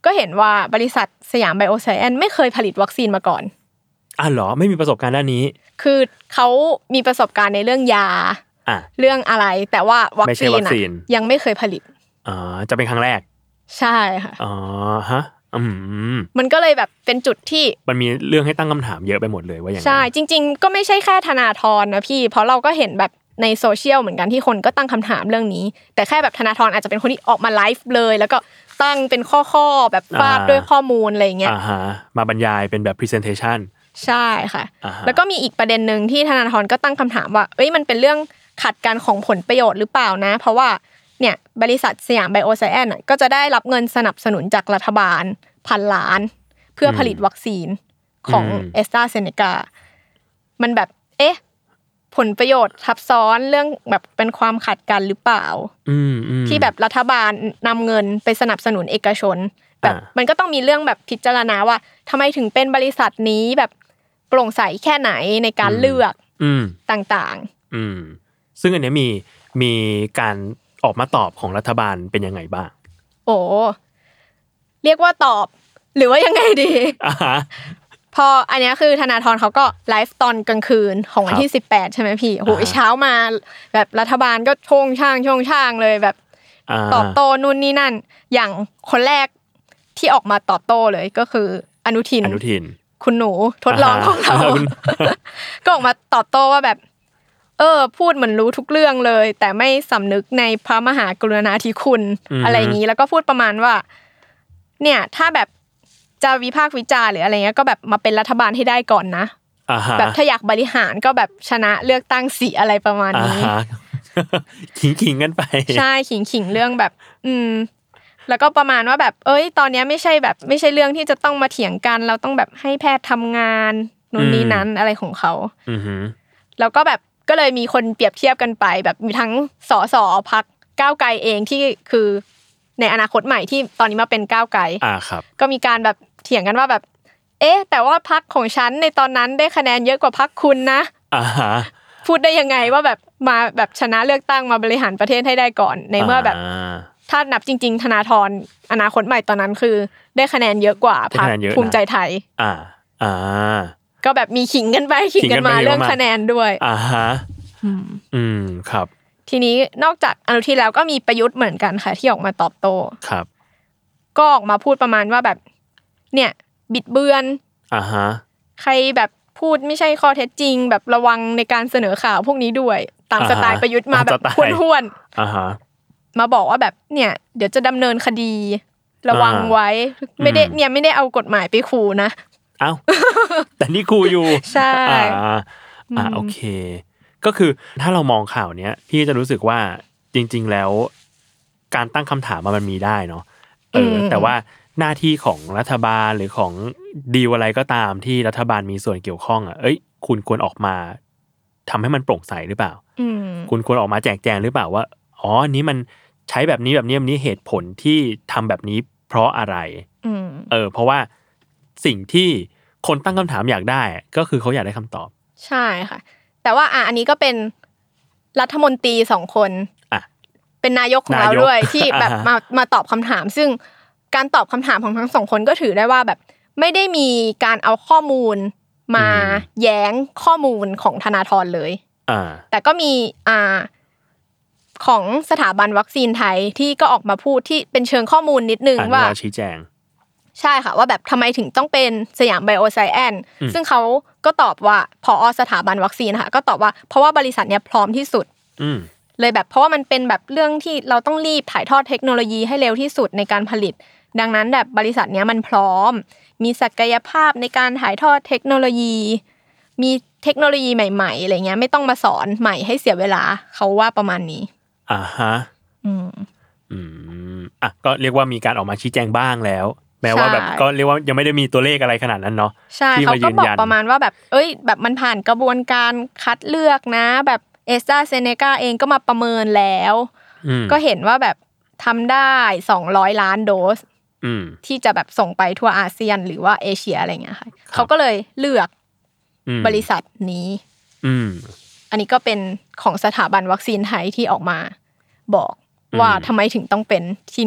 Speaker 5: ก็เห็นว่าบริษัทสยามไบโอไซแอนซ์ไม่เคยผลิตวัคซีนมาก่อน
Speaker 4: อ่ะเหรอไม่มีประสบการณ์ด้านนี้
Speaker 5: คือเขามีประสบการณ์ในเรื่องยา
Speaker 4: อ่ะ
Speaker 5: เรื่องอะไรแต่ว่าวัคซีนอ่ะยังไม่เคยผลิต
Speaker 4: อ๋อจะเป็นครั้งแรก
Speaker 5: ใช่ค่ะ
Speaker 4: อ๋อฮะอืม
Speaker 5: มันก็เลยแบบเป็นจุดที่
Speaker 4: มันมีเรื่องให้ตั้งคำถามเยอะไปหมดเลยว่าอย่างไร
Speaker 5: ใช่จริงๆก็ไม่ใช่แค่ธนาธรนะพี่เพราะเราก็เห็นแบบในโซเชียลเหมือนกันที่คนก็ตั้งคำถามเรื่องนี้แต่แค่แบบธนาธรอาจจะเป็นคนที่ออกมาไลฟ์เลยแล้วก็ตั้งเป็นข้อๆแบบฟาดด้วยข้อมูลอะไรอย่างเงี้ย
Speaker 4: อ่าฮะมาบรรยายเป็นแบบ presentation
Speaker 5: ใช่ค่ะแล้วก็มีอีกประเด็นนึงที่ธนาธรก็ตั้งคำถามว่าเอ้ยมันเป็นเรื่องขัดกันของผลประโยชน์หรือเปล่านะเพราะว่าเนี่ยบริษัทสยามไบโอไซแอนซ์ก็จะได้รับเงินสนับสนุนจากรัฐบาลพันล้านเพื่อผลิตวัคซีนของ AstraZeneca มันแบบเอ๊ะผลประโยชน์ทับซ้อนเรื่องแบบเป็นความขัดกันหรือเปล่าที่แบบรัฐบาลนำเงินไปสนับสนุนเอกชนแบบมันก็ต้องมีเรื่องแบบพิจารณาว่าทำไมถึงเป็นบริษัทนี้แบบโปร่งใสแค่ไหนในการเลือกต่าง
Speaker 4: ๆซึ่งอันนี้มีมีการออกมาตอบของรัฐบาลเป็นยังไงบ้าง
Speaker 5: โอ้เรียกว่าตอบหรือว่ายังไงดีพออันนี้คือธนาธรเขาก็ไลฟ์ตอนกลางคืนของวันที่สิบแปดใช่ไหมพี่โอ้โหเช้ามาแบบรัฐบาลก็โชงช่างโชงช่างเลยแบบตอบโต้นู่นนี่นั่นอย่างคนแรกที่ออกมาตอบโต้เลยก็คืออนุทิน
Speaker 4: อนุทิน
Speaker 5: คุณหนูทดลองของเราก็ออกมาตอบโต้ว่าแบบเออพูดเหมือนรู้ทุกเรื่องเลยแต่ไม่สำนึกในพระมหากรุณาธิคุณอะไรอย่างนี้แล้วก็พูดประมาณว่าเนี่ยถ้าแบบจะวิพากษ์วิจารณ์หรืออะไรเงี้ยก็แบบมาเป็นรัฐบาลให้ได้ก่อนนะแบบถ้าอยากบริหารก็แบบชนะเลือกตั้งสิอะไรประมาณนี้
Speaker 4: ขิงขิงกันไป
Speaker 5: ใช่ขิงขิงเรื่องแบบอืมแล้วก็ประมาณว่าแบบเอ้ยตอนนี้ไม่ใช่แบบไม่ใช่เรื่องที่จะต้องมาเถียงกันเราต้องแบบให้แพทย์ทำงานนู่นนี่นั้นอะไรของเขาแล้วก็แบบก็เลยมีคนเปรียบเทียบกันไปแบบมีทั้งสสพรรคก้าวไกลเองที่คือในอนาคตใหม่ที่ตอนนี้มาเป็นก้าวไกล
Speaker 4: อ่าครับ
Speaker 5: ก็มีการแบบเถียงกันว่าแบบเอ๊ะแต่ว่าพรรคของฉันในตอนนั้นได้คะแนนเยอะกว่าพรรคคุณนะ
Speaker 4: อ่าฮะ
Speaker 5: พูดได้ยังไงว่าแบบมาแบบชนะเลือกตั้งมาบริหารประเทศให้ได้ก่อนในเมื่อแบบถ้านับจริงๆธนาธรอนาคตใหม่ตอนนั้นคือได้คะแนนเยอะกว่าพรรคภูมิใจไทย
Speaker 4: อ่าอ่า
Speaker 5: ก็แบบมีขิงกันไปขิงกันมาเรื่องคะแนนด้วย
Speaker 4: อ่าฮะอืมครับ
Speaker 5: ทีนี้นอกจากอนุทินแล้วก็มีประยุทธ์เหมือนกันค่ะที่ออกมาตอบโต้
Speaker 4: ครับ
Speaker 5: ก็ออกมาพูดประมาณว่าแบบเนี่ยบิดเบือน
Speaker 4: อ่าฮะ
Speaker 5: ใครแบบพูดไม่ใช่ข้อเท็จจริงแบบระวังในการเสนอข่าวพวกนี้ด้วยตามสไตล์ประยุทธ์มาแบบห้วน
Speaker 4: ๆอ่าฮะ
Speaker 5: มาบอกว่าแบบเนี่ยเดี๋ยวจะดำเนินคดีระวังไว้ไม่ได้เนี่ยไม่ได้เอากฎหมายไปขู่นะ
Speaker 4: เอ้าแต่นี่ขู่อยู่
Speaker 5: ใช่
Speaker 4: อ่าอ่าโอเคก็คือถ้าเรามองข่าวเนี้ยพี่จะรู้สึกว่าจริงๆแล้วการตั้งคำถามมันมีได้เนาะเออแต่ว่าหน้าที่ของรัฐบาลหรือของดีลอะไรก็ตามที่รัฐบาลมีส่วนเกี่ยวข้องอ่ะเอ้ยคุณควรออกมาทำให้มันโปร่งใสหรือเปล่าคุณควรออกมาแจกแจงหรือเปล่าว่าอ๋ออันนี้มันใช้แบบนี้แบบนี้แบบนี้เหตุผลที่ทำแบบนี้เพราะอะไรเออเพราะว่าสิ่งที่คนตั้งคำถามอยากได้ก็คือเขาอยากได้คำตอบ
Speaker 5: ใช่ค่ะแต่ว่าอ่ะอันนี้ก็เป็นรัฐมนตรีสองคน
Speaker 4: อ่ะ
Speaker 5: เป็นนายกของเราด้วยที่แบบมามาตอบคำถามซึ่งการตอบคำถามของทั้งสองคนก็ถือได้ว่าแบบไม่ได้มีการเอาข้อมูลมาแย้งข้อมูลของธนาธรเลย
Speaker 4: อ่า
Speaker 5: แต่ก็มีอ่าของสถาบันวัคซีนไทยที่ก็ออกมาพูดที่เป็นเชิงข้อมูลนิดนึงว่า
Speaker 4: ชี้แจง
Speaker 5: ใช่ค่ะว่าแบบทำไมถึงต้องเป็นสยามไบโอไซแอนซ์ซึ่งเขาก็ตอบว่าผอ.สถาบันวัคซีนค่ะก็ตอบว่าเพราะว่าบริษัทเนี้ยพร้อมที่สุดเลยแบบเพราะว่ามันเป็นแบบเรื่องที่เราต้องรีบถ่ายทอดเทคโนโลยีให้เร็วที่สุดในการผลิตดังนั้นแบบบริษัทเนี้ยมันพร้อมมีศักยภาพในการถ่ายทอดเทคโนโลยีมีเทคโนโลยีใหม่ๆอะไรเงี้ยไม่ต้องมาสอนใหม่ให้เสียเวลาเขาว่าประมาณนี้
Speaker 4: อ่าฮะ
Speaker 5: อืม
Speaker 4: อืมอ่ะก็เรียกว่ามีการออกมาชี้แจงบ้างแล้วแม้ว่าแบบก็เรียกว่ายังไม่ได้มีตัวเลขอะไรขนาดนั้นเนาะ
Speaker 5: ใช่เขาก็บอกประมาณว่าแบบเอ้ยแบบมันผ่านกระบวนการคัดเลือกนะแบบ AstraZeneca เองก็มาประเมินแล้วก็เห็นว่าแบบทำได้สองร้อยล้านโดสที่จะแบบส่งไปทั่วอาเซียนหรือว่าเอเชียอะไรเงี้ยค่ะเขาก็เลยเลือกบริษัทนี้อันนี้ก็เป็นของสถาบันวัคซีนไทยที่ออกมาบอกว่าทำไมถึงต้องเป็นที่นี่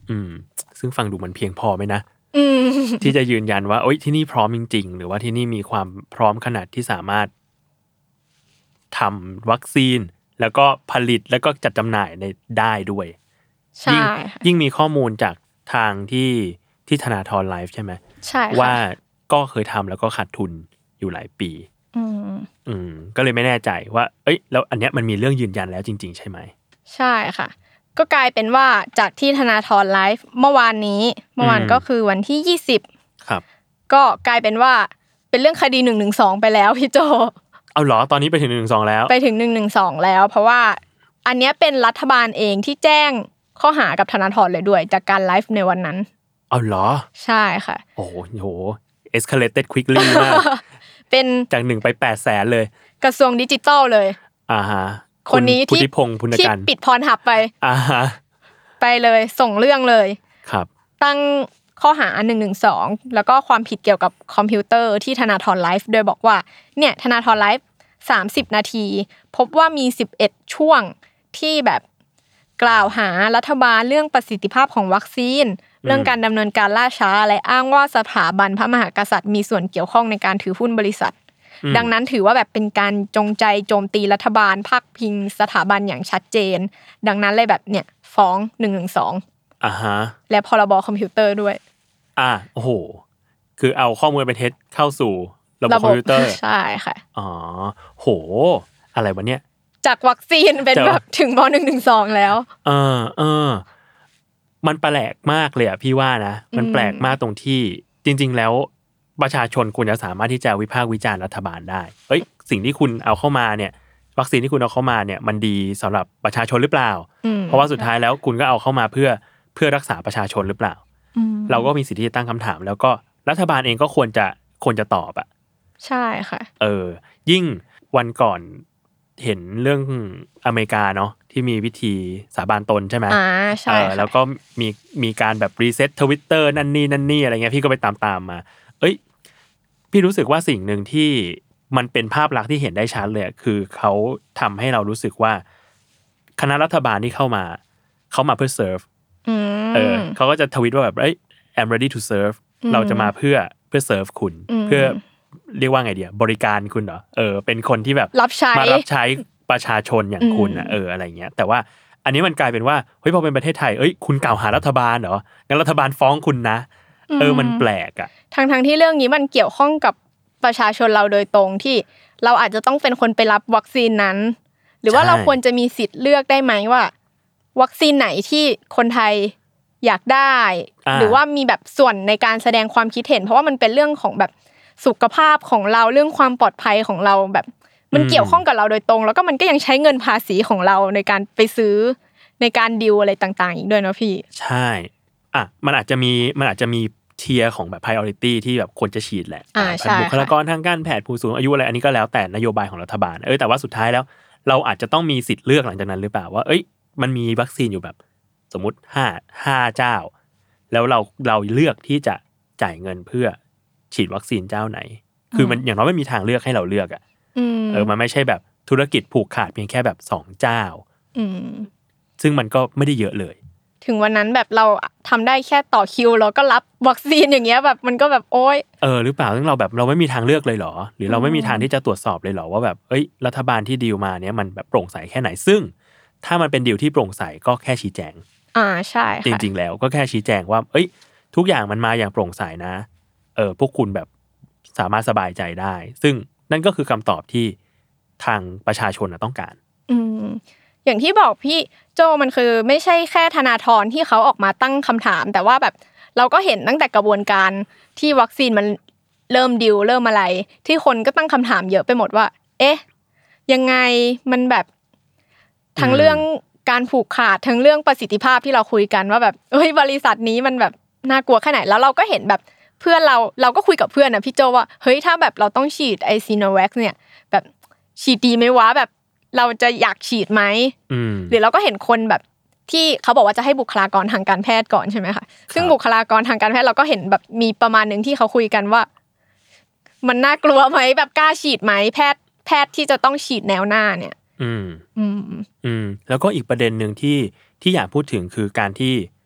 Speaker 4: อืมซึ่งฟังดูมันเพียงพอไหมนะที่จะยืนยันว่าโอ๊ยที่นี่พร้อมจริงๆหรือว่าที่นี่มีความพร้อมขนาดที่สามารถทำวัคซีนแล้วก็ผลิตแล้วก็จัดจำหน่ายในได้ด้วย
Speaker 5: ใช่
Speaker 4: ยิ่งมีข้อมูลจากทางที่ที่ธนาธรไลฟ์ใช่ไหม
Speaker 5: ใช่
Speaker 4: ว่าก็เคยทำแล้วก็ขาดทุนอยู่หลายปี
Speaker 5: อืม
Speaker 4: อืมก็เลยไม่แน่ใจว่าเอ้ยแล้วอันเนี้ยมันมีเรื่องยืนยันแล้วจริงๆใช่ไหม
Speaker 5: ใช่ค่ะก็กลายเป็นว่าจากที่ธนาธรไลฟ์เมื่อวานนี้เมื่อวานก็คือวันที่ยี่สิบ
Speaker 4: ครับ
Speaker 5: ก็กลายเป็นว่าเป็นเรื่องคดีหนึ่งหนึ่งสองไปแล้วพี่โจ
Speaker 4: เอาเหรอตอนนี้ไปถึงหนึ่งหนึ่งสองแล้ว
Speaker 5: ไปถึงหนึ่งหนึ่งสองแล้วเพราะว่าอันเนี้ยเป็นรัฐบาลเองที่แจ้งข้อหากับธนาธรเลยด้วยจากการไลฟ์ในวันนั้น
Speaker 4: เอาเหรอ
Speaker 5: ใช่ค่ะ
Speaker 4: โอ้โห escalated quickly มาก
Speaker 5: เป็น
Speaker 4: จากหนึ่งไปแปดแสนเลย
Speaker 5: กระทรวงดิจิทัลเลย
Speaker 4: อ่าฮะ
Speaker 5: คนนี้ที่
Speaker 4: พุทธิพงษ์พุนการ
Speaker 5: ที่ปิดพรหับไป
Speaker 4: อ่าฮะ
Speaker 5: ไปเลยส่งเรื่องเลย
Speaker 4: ครับ
Speaker 5: ตั้งข้อหาหนึ่งหนึ่งสองแล้วก็ความผิดเกี่ยวกับคอมพิวเตอร์ที่ธนาธรไลฟ์โดยบอกว่าเนี่ยธนาธรไลฟ์สามสิบนาทีพบว่ามีสิบเอ็ดช่วงที่แบบกล่าวหารัฐบาลเรื่องประสิทธิภาพของวัคซีนเรื่องการดำเนินการล่าช้าและอ้างว่าสถาบันพระมหากษัตริย์มีส่วนเกี่ยวข้องในการถือหุ้นบริษัทดังนั้นถือว่าแบบเป็นการจงใจโจมตีรัฐบาลพาดพิงสถาบันอย่างชัดเจนดังนั้นเลยแบบเนี่ยฟ้องหนึ่งหนึ่งสอง
Speaker 4: อ่าฮะ
Speaker 5: และพรบคอมพิวเตอร์ด้วย
Speaker 4: อ่าโอ้โหคือเอาข้อมูลไปเทสเข้าสู่ระบบคอมพิวเตอร์
Speaker 5: ใช่ค่ะ
Speaker 4: อ๋อโหอะไรวะเนี่ย
Speaker 5: จากวัคซีนเป็นแบบถึงมหนึ่งหนึ่งสองแล้ว
Speaker 4: เออเออมันแปลกมากเลยอ่ะพี่ว่านะมันแปลกมากตรงที่จริงๆแล้วประชาชนควรจะสามารถที่จะวิพากษ์วิจารณ์รัฐบาลได้เอ้ยสิ่งที่คุณเอาเข้ามาเนี่ยวัคซีนที่คุณเอาเข้ามาเนี่ยมันดีสำหรับประชาชนหรือเปล่าเพราะว่าสุดท้ายแล้วคุณก็เอาเข้ามาเพื่อเพื่อรักษาประชาชนหรือเปล่าเราก็มีสิทธิ์ที่จะตั้งคำถามแล้วก็รัฐบาลเองก็ควรจะควรจะตอบอ่ะ
Speaker 5: ใช่ค่ะ
Speaker 4: เออยิ่งวันก่อนเห็นเรื่องอเมริกาเนาะที่มีวิธีสาบานตนใช่ไหม
Speaker 5: อ่าใช่
Speaker 4: แล้วก็มีมีการแบบรีเซ็ต Twitter นั่นนี่นั่นนี่อะไรเงี้ยพี่ก็ไปตามๆมาเอ้ยพี่รู้สึกว่าสิ่งหนึ่งที่มันเป็นภาพลักษณ์ที่เห็นได้ชัดเลยคือเขาทำให้เรารู้สึกว่าคณะรัฐบาลที่เข้ามาเขามาเพื่อเซิร์ฟเออเขาก็จะทวิตว่าแบบเอ้ย I'm ready to serve เราจะมาเพื่อเพื่อเซิร์ฟคุณเพื่อเรียกว่าไงเดียบริการคุณเหรอเออเป็นคนที่แบบ
Speaker 5: รับใช้
Speaker 4: มารับใช้ประชาชนอย่างคุณอ่ะเอออะไรเงี้ยแต่ว่าอันนี้มันกลายเป็นว่าเฮ้ยพอเป็นประเทศไทยเอ้ยคุณกล่าวหารัฐบาลเหรองั้นรัฐบาลฟ้องคุณนะเออมันแปลกอ่ะ
Speaker 5: ทั้งๆที่เรื่องนี้มันเกี่ยวข้องกับประชาชนเราโดยตรงที่เราอาจจะต้องเป็นคนไปรับวัคซีนนั้นหรือว่าเราควรจะมีสิทธิ์เลือกได้ไหมว่าวัคซีนไหนที่คนไทยอยากได้หรือว่ามีแบบส่วนในการแสดงความคิดเห็นเพราะว่ามันเป็นเรื่องของแบบสุขภาพของเราเรื่องความปลอดภัยของเราแบบมันเกี่ยวข้องกับเราโดยตรงแล้วก็มันก็ยังใช้เงินภาษีของเราในการไปซื้อในการดีลอะไรต่างๆอีกด้วยเนาะพี่
Speaker 4: ใช่อ่ะมันอาจจะมีมันอาจจะมีเทียร์ของแบบ priority ที่แบบควรจะฉีดแหละบุคลากรทางการแพทย์ผู้สูงอายุอะไรอันนี้ก็แล้วแต่นโยบายของรัฐบาลเอ้ยแต่ว่าสุดท้ายแล้วเราอาจจะต้องมีสิทธิ์เลือกหลังจากนั้นหรือเปล่าว่าเอ้ยมันมีวัคซีนอยู่แบบสมมุติห้า ห้าเจ้าแล้วเราเราเลือกที่จะจ่ายเงินเพื่อฉีดวัคซีนเจ้าไหนคือมันอย่างน้อยไม่มีทางเลือกให้เราเลือกอ่ะเออมันไม่ใช่แบบธุรกิจผูกขาดเพียงแค่แบบสองเจ้าซึ่งมันก็ไม่ได้เยอะเลย
Speaker 5: ถึงวันนั้นแบบเราทำได้แค่ต่อคิวแล้วก็รับวัคซีนอย่างเงี้ยแบบมันก็แบบโอ๊ย
Speaker 4: เออหรือเปล่าซึ่งเราแบบเราไม่มีทางเลือกเลยเหรอหรือเราไม่มีทางที่จะตรวจสอบเลยเหรอว่าแบบเอ้ยรัฐบาลที่ดีลมาเนี้ยมันแบบโปร่งใสแค่ไหนซึ่งถ้ามันเป็นดีลที่โปร่งใสก็แค่ชี้แจง
Speaker 5: อ่าใช่
Speaker 4: จริงๆแล้วก็แค่ชี้แจงว่าเอ้ยทุกอย่างมันมาอย่างโปร่งใสนะเออพวกคุณแบบสามารถสบายใจได้ซึ่งนั่นก็คือคำตอบที่ทางประชาชนต้องการ
Speaker 5: อืมอย่างที่บอกพี่โจมันคือไม่ใช่แค่ธนาธรที่เขาออกมาตั้งคำถามแต่ว่าแบบเราก็เห็นตั้งแต่กระบวนการที่วัคซีนมันเริ่มดิวเริ่มอะไรที่คนก็ตั้งคำถามเยอะไปหมดว่าเอ๊ะยังไงมันแบบทั้งเรื่องการผูกขาดทั้งเรื่องประสิทธิภาพที่เราคุยกันว่าแบบเฮ้ยบริษัทนี้มันแบบน่ากลัวแค่ไหนแล้วเราก็เห็นแบบเพื่อนเราเราก็คุยกับเพื่อนนะพี่โจว่าเฮ้ยถ้าแบบเราต้องฉีดไอซีโนแวคเนี่ยแบบฉีดดีไหมวะแบบเราจะอยากฉีดไหมหรือเราก็เห็นคนแบบที่เขาบอกว่าจะให้บุคลากรทางการแพทย์ก่อนใช่ไหมคะซึ่งบุคลากรทางการแพทย์เราก็เห็นแบบมีประมาณนึงที่เขาคุยกันว่ามันน่ากลัวไหมแบบกล้าฉีดไหมแพทย์แพทย์ที่จะต้องฉีดแนวหน้าเนี่ย
Speaker 4: อืมอืมอืมแล้วก็อีกประเด็นนึงที่ที่อยากพูดถึงคือการที่เ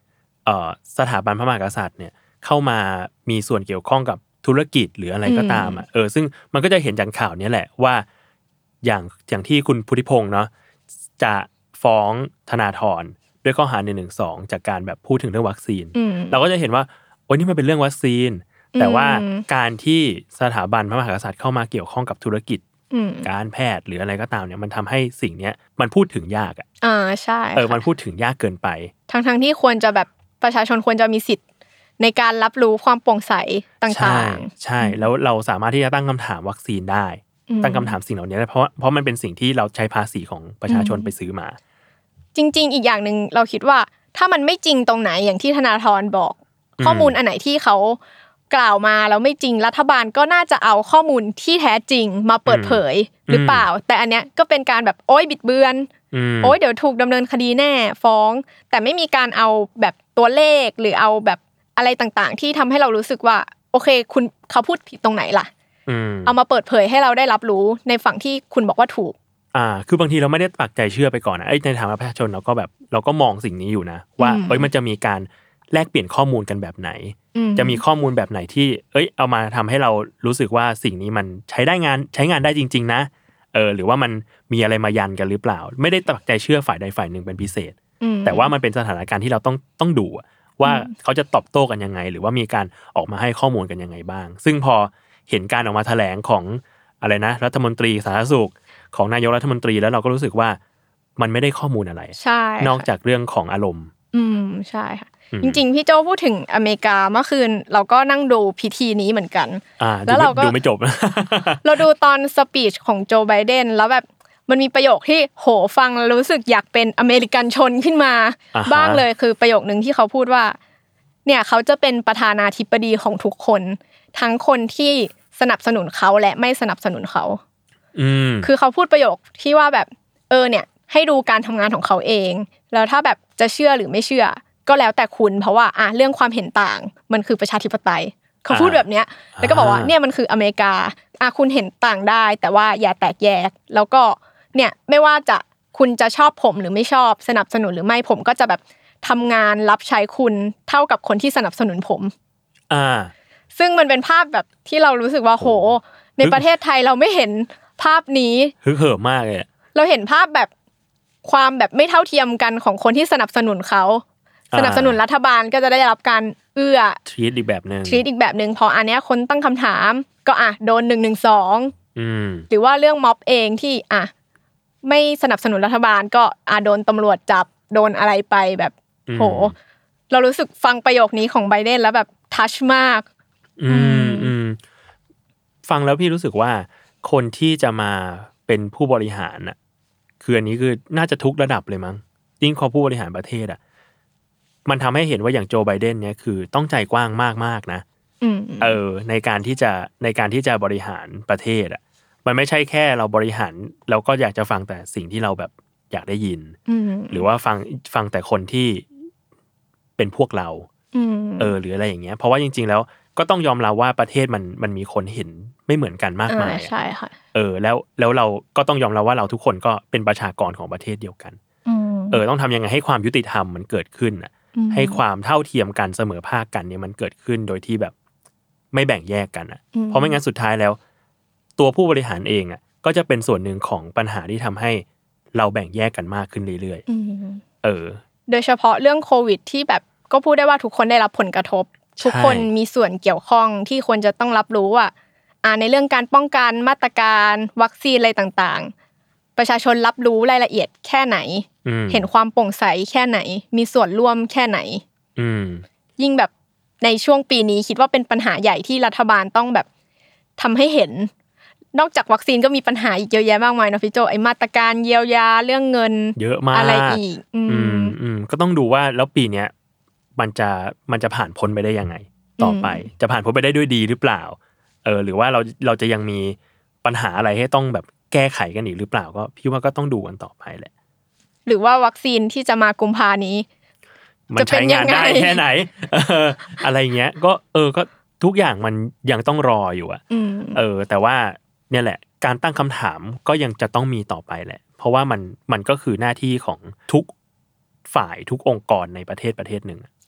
Speaker 4: เอ่อสถาบันพระมหากษัตริย์เนี่ยเข้ามามีส่วนเกี่ยวข้องกับธุรกิจหรืออะไรก็ตามอ่ะเออซึ่งมันก็จะเห็นจากข่าวนี้แหละว่าอย่างอย่างที่คุณพุทธิพงษ์เนาะจะฟ้องธนาธรด้วยข้อหาหนึ่งหนึ่งสองจากการแบบพูดถึงเรื่องวัคซีนเราก็จะเห็นว่าโอ้ยนี่มันเป็นเรื่องวัคซีนแต่ว่าการที่สถาบันพระมหากษัตริย์เข้ามาเกี่ยวข้องกับธุรกิจการแพทย์หรืออะไรก็ตามเนี่ยมันทำให้สิ่งเนี้ยมันพูดถึงยากอ่ะ
Speaker 5: อ่าใช่
Speaker 4: เออมันพูดถึงยากเกินไป
Speaker 5: ทั้งทั้งที่ควรจะแบบประชาชนควรจะมีสิทธิ์ในการรับรู้ความโปร่งใสต่างๆใช่
Speaker 4: ใช่แล้วเราสามารถที่จะตั้งคำถามวัคซีนได้ตั้งคำถามสิ่งเหล่านี้ได้เพราะเพราะมันเป็นสิ่งที่เราใช้ภาษีของประชาชนไปซื้อมา
Speaker 5: จริงๆอีกอย่างนึงเราคิดว่าถ้ามันไม่จริงตรงไหนอย่างที่ธนาธรบอกข้อมูลอันไหนที่เขากล่าวมาแล้วไม่จริงรัฐบาลก็น่าจะเอาข้อมูลที่แท้จริงมาเปิดเผยหรือเปล่าแต่อันเนี้ยก็เป็นการแบบโอ๊ยบิดเบือนโอ๊ยเดี๋ยวถูกดำเนินคดีแน่ฟ้องแต่ไม่มีการเอาแบบตัวเลขหรือเอาแบบอะไรต่างๆที่ทำให้เรารู้สึกว่าโอเคคุณเขาพูดผิดตรงไหนล่ะเอามาเปิดเผยให้เราได้รับรู้ในฝั่งที่คุณบอกว่าถูก
Speaker 4: อ่าคือบางทีเราไม่ได้ปักใจเชื่อไปก่อนนะไอ้ในฐานะประชาชนเราก็แบบเราก็มองสิ่งนี้อยู่นะว่าเอ้ยมันจะมีการแลกเปลี่ยนข้อมูลกันแบบไหนจะมีข้อมูลแบบไหนที่เอ้ยเอามาทำให้เรารู้สึกว่าสิ่งนี้มันใช้ได้งานใช้งานได้จริงๆนะเออหรือว่ามันมีอะไรมายันกันหรือเปล่าไม่ได้ปักใจเชื่อฝ่ายใดฝ่ายหนึ่งเป็นพิเศษแต่ว่ามันเป็นสถานการณ์ที่เราต้องต้องดูว่าเขาจะตอบโต้กันยังไงหรือว่ามีการออกมาให้ข้อมูลกันยังไงบ้างซึ่งพอเห็นการออกมาแถลงของอะไรนะรัฐมนตรีสาธารณสุขของนายกรัฐมนตรีแล้วเราก็รู้สึกว่ามันไม่ได้ข้อมูลอะไร
Speaker 5: ใช่
Speaker 4: นอกจากเรื่องของอารมณ์
Speaker 5: อืมใช่ค่ะจริงๆพี่โจพูดถึงอเมริกาเมื่อคืนเราก็นั่งดูพิธีนี้เหมือนกัน
Speaker 4: แล้วเราก็ดูไม่จบ
Speaker 5: เราดูตอนสปีชของโจไบเดนแล้วแบบมันมีประโยคที่โหฟังแล้วรู้สึกอยากเป็นอเมริกันชนขึ้นมาบ้างเลยคือประโยคนึงที่เขาพูดว่าเนี่ยเขาจะเป็นประธานาธิบดีของทุกคนทั้งคนที่สนับสนุนเขาและไม่สนับสนุนเขาคือเขาพูดประโยคที่ว่าแบบเออเนี่ยให้ดูการทำงานของเขาเองแล้วถ้าแบบจะเชื่อหรือไม่เชื่อก็แล้วแต่คุณเพราะว่าอ่ะเรื่องความเห็นต่างมันคือประชาธิปไตยเขาพูดแบบเนี้ยแล้วก็บอกว่าเนี่ยมันคืออเมริกาอ่ะคุณเห็นต่างได้แต่ว่าอย่าแตกแยกแล้วก็เนี่ยไม่ว่าจะคุณจะชอบผมหรือไม่ชอบสนับสนุนหรือไม่ผมก็จะแบบทำงานรับใช้คุณเท่ากับคนที่สนับสนุนผม
Speaker 4: อ่า
Speaker 5: ซึ่งมันเป็นภาพแบบที่เรารู้สึกว่าโหในประเทศไทยเราไม่เห็นภาพนี้
Speaker 4: ฮึกเหิมมากเลย
Speaker 5: เราเห็นภาพแบบความแบบไม่เท่าเทียมกันของคนที่สนับสนุนเขาสนับสนุนรัฐบาลก็จะได้รับการเอื้อ
Speaker 4: treat อีกแบบนึง
Speaker 5: treat อีกแบบนึงพออันเนี้ยคนตั้งคำถามก็อ่ะโดนหนึ่งหนึ่งสอง
Speaker 4: อืม
Speaker 5: หรือว่าเรื่องม็อบเองที่อ่ะไม่สนับสนุนรัฐบาลก็อ่ะโดนตำรวจจับโดนอะไรไปแบบโหเรารู้สึกฟังประโยคนี้ของไบเดนแล้วแบบทัชมาก
Speaker 4: อืมอืมฟังแล้วพี่รู้สึกว่าคนที่จะมาเป็นผู้บริหารน่ะคืออันนี้คือน่าจะทุกระดับเลยมั้งยิ่งพอผู้บริหารประเทศอ่ะมันทำให้เห็นว่าอย่างโจไบเดนเนี่ยคือต้องใจกว้างมากๆนะเออในการที่จะในการที่จะบริหารประเทศอ่ะมันไม่ใช่แค่เราบริหารแล้วก็อยากจะฟังแต่สิ่งที่เราแบบอยากได้ยินหรือว่าฟังฟังแต่คนที่เป็นพวกเราเออหรืออะไรอย่างเงี้ยเพราะว่าจริงๆแล้วก็ต้องยอมรับว่าประเทศมันมันมีคนเห็นไม่เหมือนกันมากมาย
Speaker 5: ใช่ค่ะ
Speaker 4: เออแล้วแล้วเราก็ต้องยอมรับว่าเราทุกคนก็เป็นประชากรของประเทศเดียวกันเออต้องทำยังไงให้ความยุติธรรมมันเกิดขึ้นอ่ะให้ความเท่าเทียมกันเสมอภาคกันเนี่ยมันเกิดขึ้นโดยที่แบบไม่แบ่งแยกกันอ่ะเพราะไม่งั้นสุดท้ายแล้วตัวผู้บริหารเองอ่ะก็จะเป็นส่วนหนึ่งของปัญหาที่ทำให้เราแบ่งแยกกันมากขึ้นเรื่อยๆเออ
Speaker 5: โดยเฉพาะเรื่องโควิดที่แบบก็พูดได้ว่าทุกคนได้รับผลกระทบทุกคนมีส่วนเกี่ยวข้องที่ควรจะต้องรับรู้ว่าอ่าในเรื่องการป้องกันมาตรการวัคซีนอะไรต่างๆประชาชนรับรู้รายละเอียดแค่ไหนเห็นความโปร่งใสแค่ไหนมีส่วนร่วมแค่ไหนยิ่งแบบในช่วงปีนี้คิดว่าเป็นปัญหาใหญ่ที่รัฐบาลต้องแบบทำให้เห็นนอกจากวัคซีนก็มีปัญหาอีกเยอะแยะมากมายนะพี่โจไอ้มาตรการเยียวยาเรื่องเงิน
Speaker 4: เยอะมาก
Speaker 5: อะไรอีกอื
Speaker 4: มอืมก็ต้องดูว่าแล้วปีเนี้ยมันจะมันจะผ่านพ้นไปได้ยังไงต่อไปจะผ่านพ้นไปได้ด้วยดีหรือเปล่าเออหรือว่าเราเราจะยังมีปัญหาอะไรให้ต้องแบบแก้ไขกันอีกหรือเปล่าก็พี่ว่าก็ต้องดูกันต่อไปแหละ
Speaker 5: หรือว่าวัคซีนที่จะมากุมภานี้
Speaker 4: มันใช้งานได้แค่ไหนเอออะไรเงี้ยก็เออก็ทุกอย่างมันยังต้องรออยู่อ่ะเออแต่ว่าเนี่ยแหละการตั้งคำถามก็ยังจะต้องมีต่อไปแหละเพราะว่ามันมันก็คือหน้าที่ของทุกฝ่ายทุกองค์กรในประเทศประเทศหนึ่ง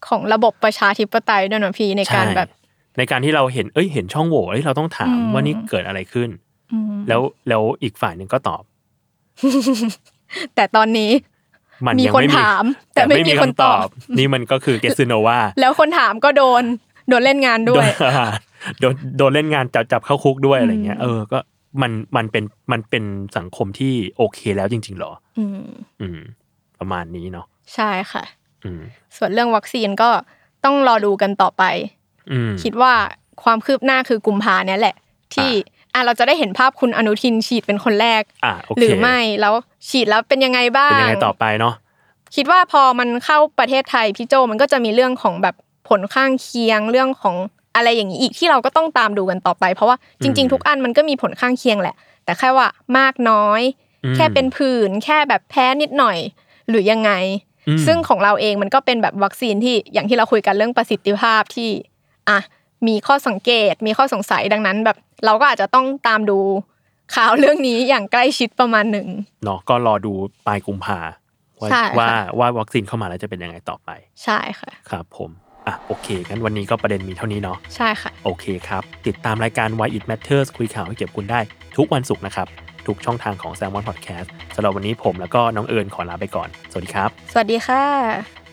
Speaker 5: ของระบบประชาธิปไตยด้วยนะพี่ในการแบบ
Speaker 4: ในการที่เราเห็นเอ้ยเห็นช่องโหว่เอ้ยเราต้องถามว่านี่เกิดอะไรขึ้นแล้วแล้วอีกฝ่ายนึงก็ตอบ
Speaker 5: แต่ตอนนี้มีคนถามแต่ไม่มีคนตอบ
Speaker 4: นี่มันก็คือเกสโนวา
Speaker 5: แล้วคนถามก็โดนโดนเล่นงานด้วย
Speaker 4: โดนโดนเล่นงานจับจับเข้าคุกด้วยอะไรเงี้ยเออก็มันมันเป็นมันเป็นสังคมที่โอเคแล้วจริงๆหรออืมอืมประมาณนี้เนาะ
Speaker 5: ใช่ค่ะอืมส่วนเรื่องวัคซีนก็ต้องรอดูกันต่อไปอืมคิดว่าความคืบหน้าคือกุมภาเนี่ยแหละที่อ่ะเราจะได้เห็นภาพคุณอนุทินฉีดเป็นคนแรก
Speaker 4: อ่ะ
Speaker 5: หรือไม่แล้วฉีดแล้วเป็นยังไงบ้าง
Speaker 4: เป็นยังไงต่อไปเนาะ
Speaker 5: คิดว่าพอมันเข้าประเทศไทยพี่โจมันก็จะมีเรื่องของแบบผลข้างเคียงเรื่องของอะไรอย่างนี้อีกที่เราก็ต้องตามดูกันต่อไปเพราะว่าจริงๆทุกอันมันก็มีผลข้างเคียงแหละแต่แค่ว่ามากน้อยแค่เป็นผื่นแค่แบบแพ้นิดหน่อยหรือยังไงซึ่งของเราเองมันก็เป็นแบบวัคซีนที่อย่างที่เราคุยกันเรื่องประสิทธิภาพที่อ่ะมีข้อสังเกตมีข้อสงสัยดังนั้นแบบเราก็อาจจะต้องตามดูข่าวเรื่องนี้อย่างใกล้ชิดประมาณหนึ่ง
Speaker 4: เนาะก็รอดูปลายกุมภาว่าว่าว่าวัคซีนเข้ามาแล้วจะเป็นยังไงต่อไป
Speaker 5: ใช่ค่ะ
Speaker 4: ครับผมอ่ะโอเคงั้นวันนี้ก็ประเด็นมีเท่านี้เนาะ
Speaker 5: ใช่ค่ะ
Speaker 4: โอเคครับติดตามรายการ Why It Matters คุยข่าวให้เก็บคุณได้ทุกวันศุกร์นะครับทุกช่องทางของ Salmon Podcast สำหรับวันนี้ผมแล้วก็น้องเอิญขอลาไปก่อนสวัสดีครับ
Speaker 5: สวัสดีค่ะ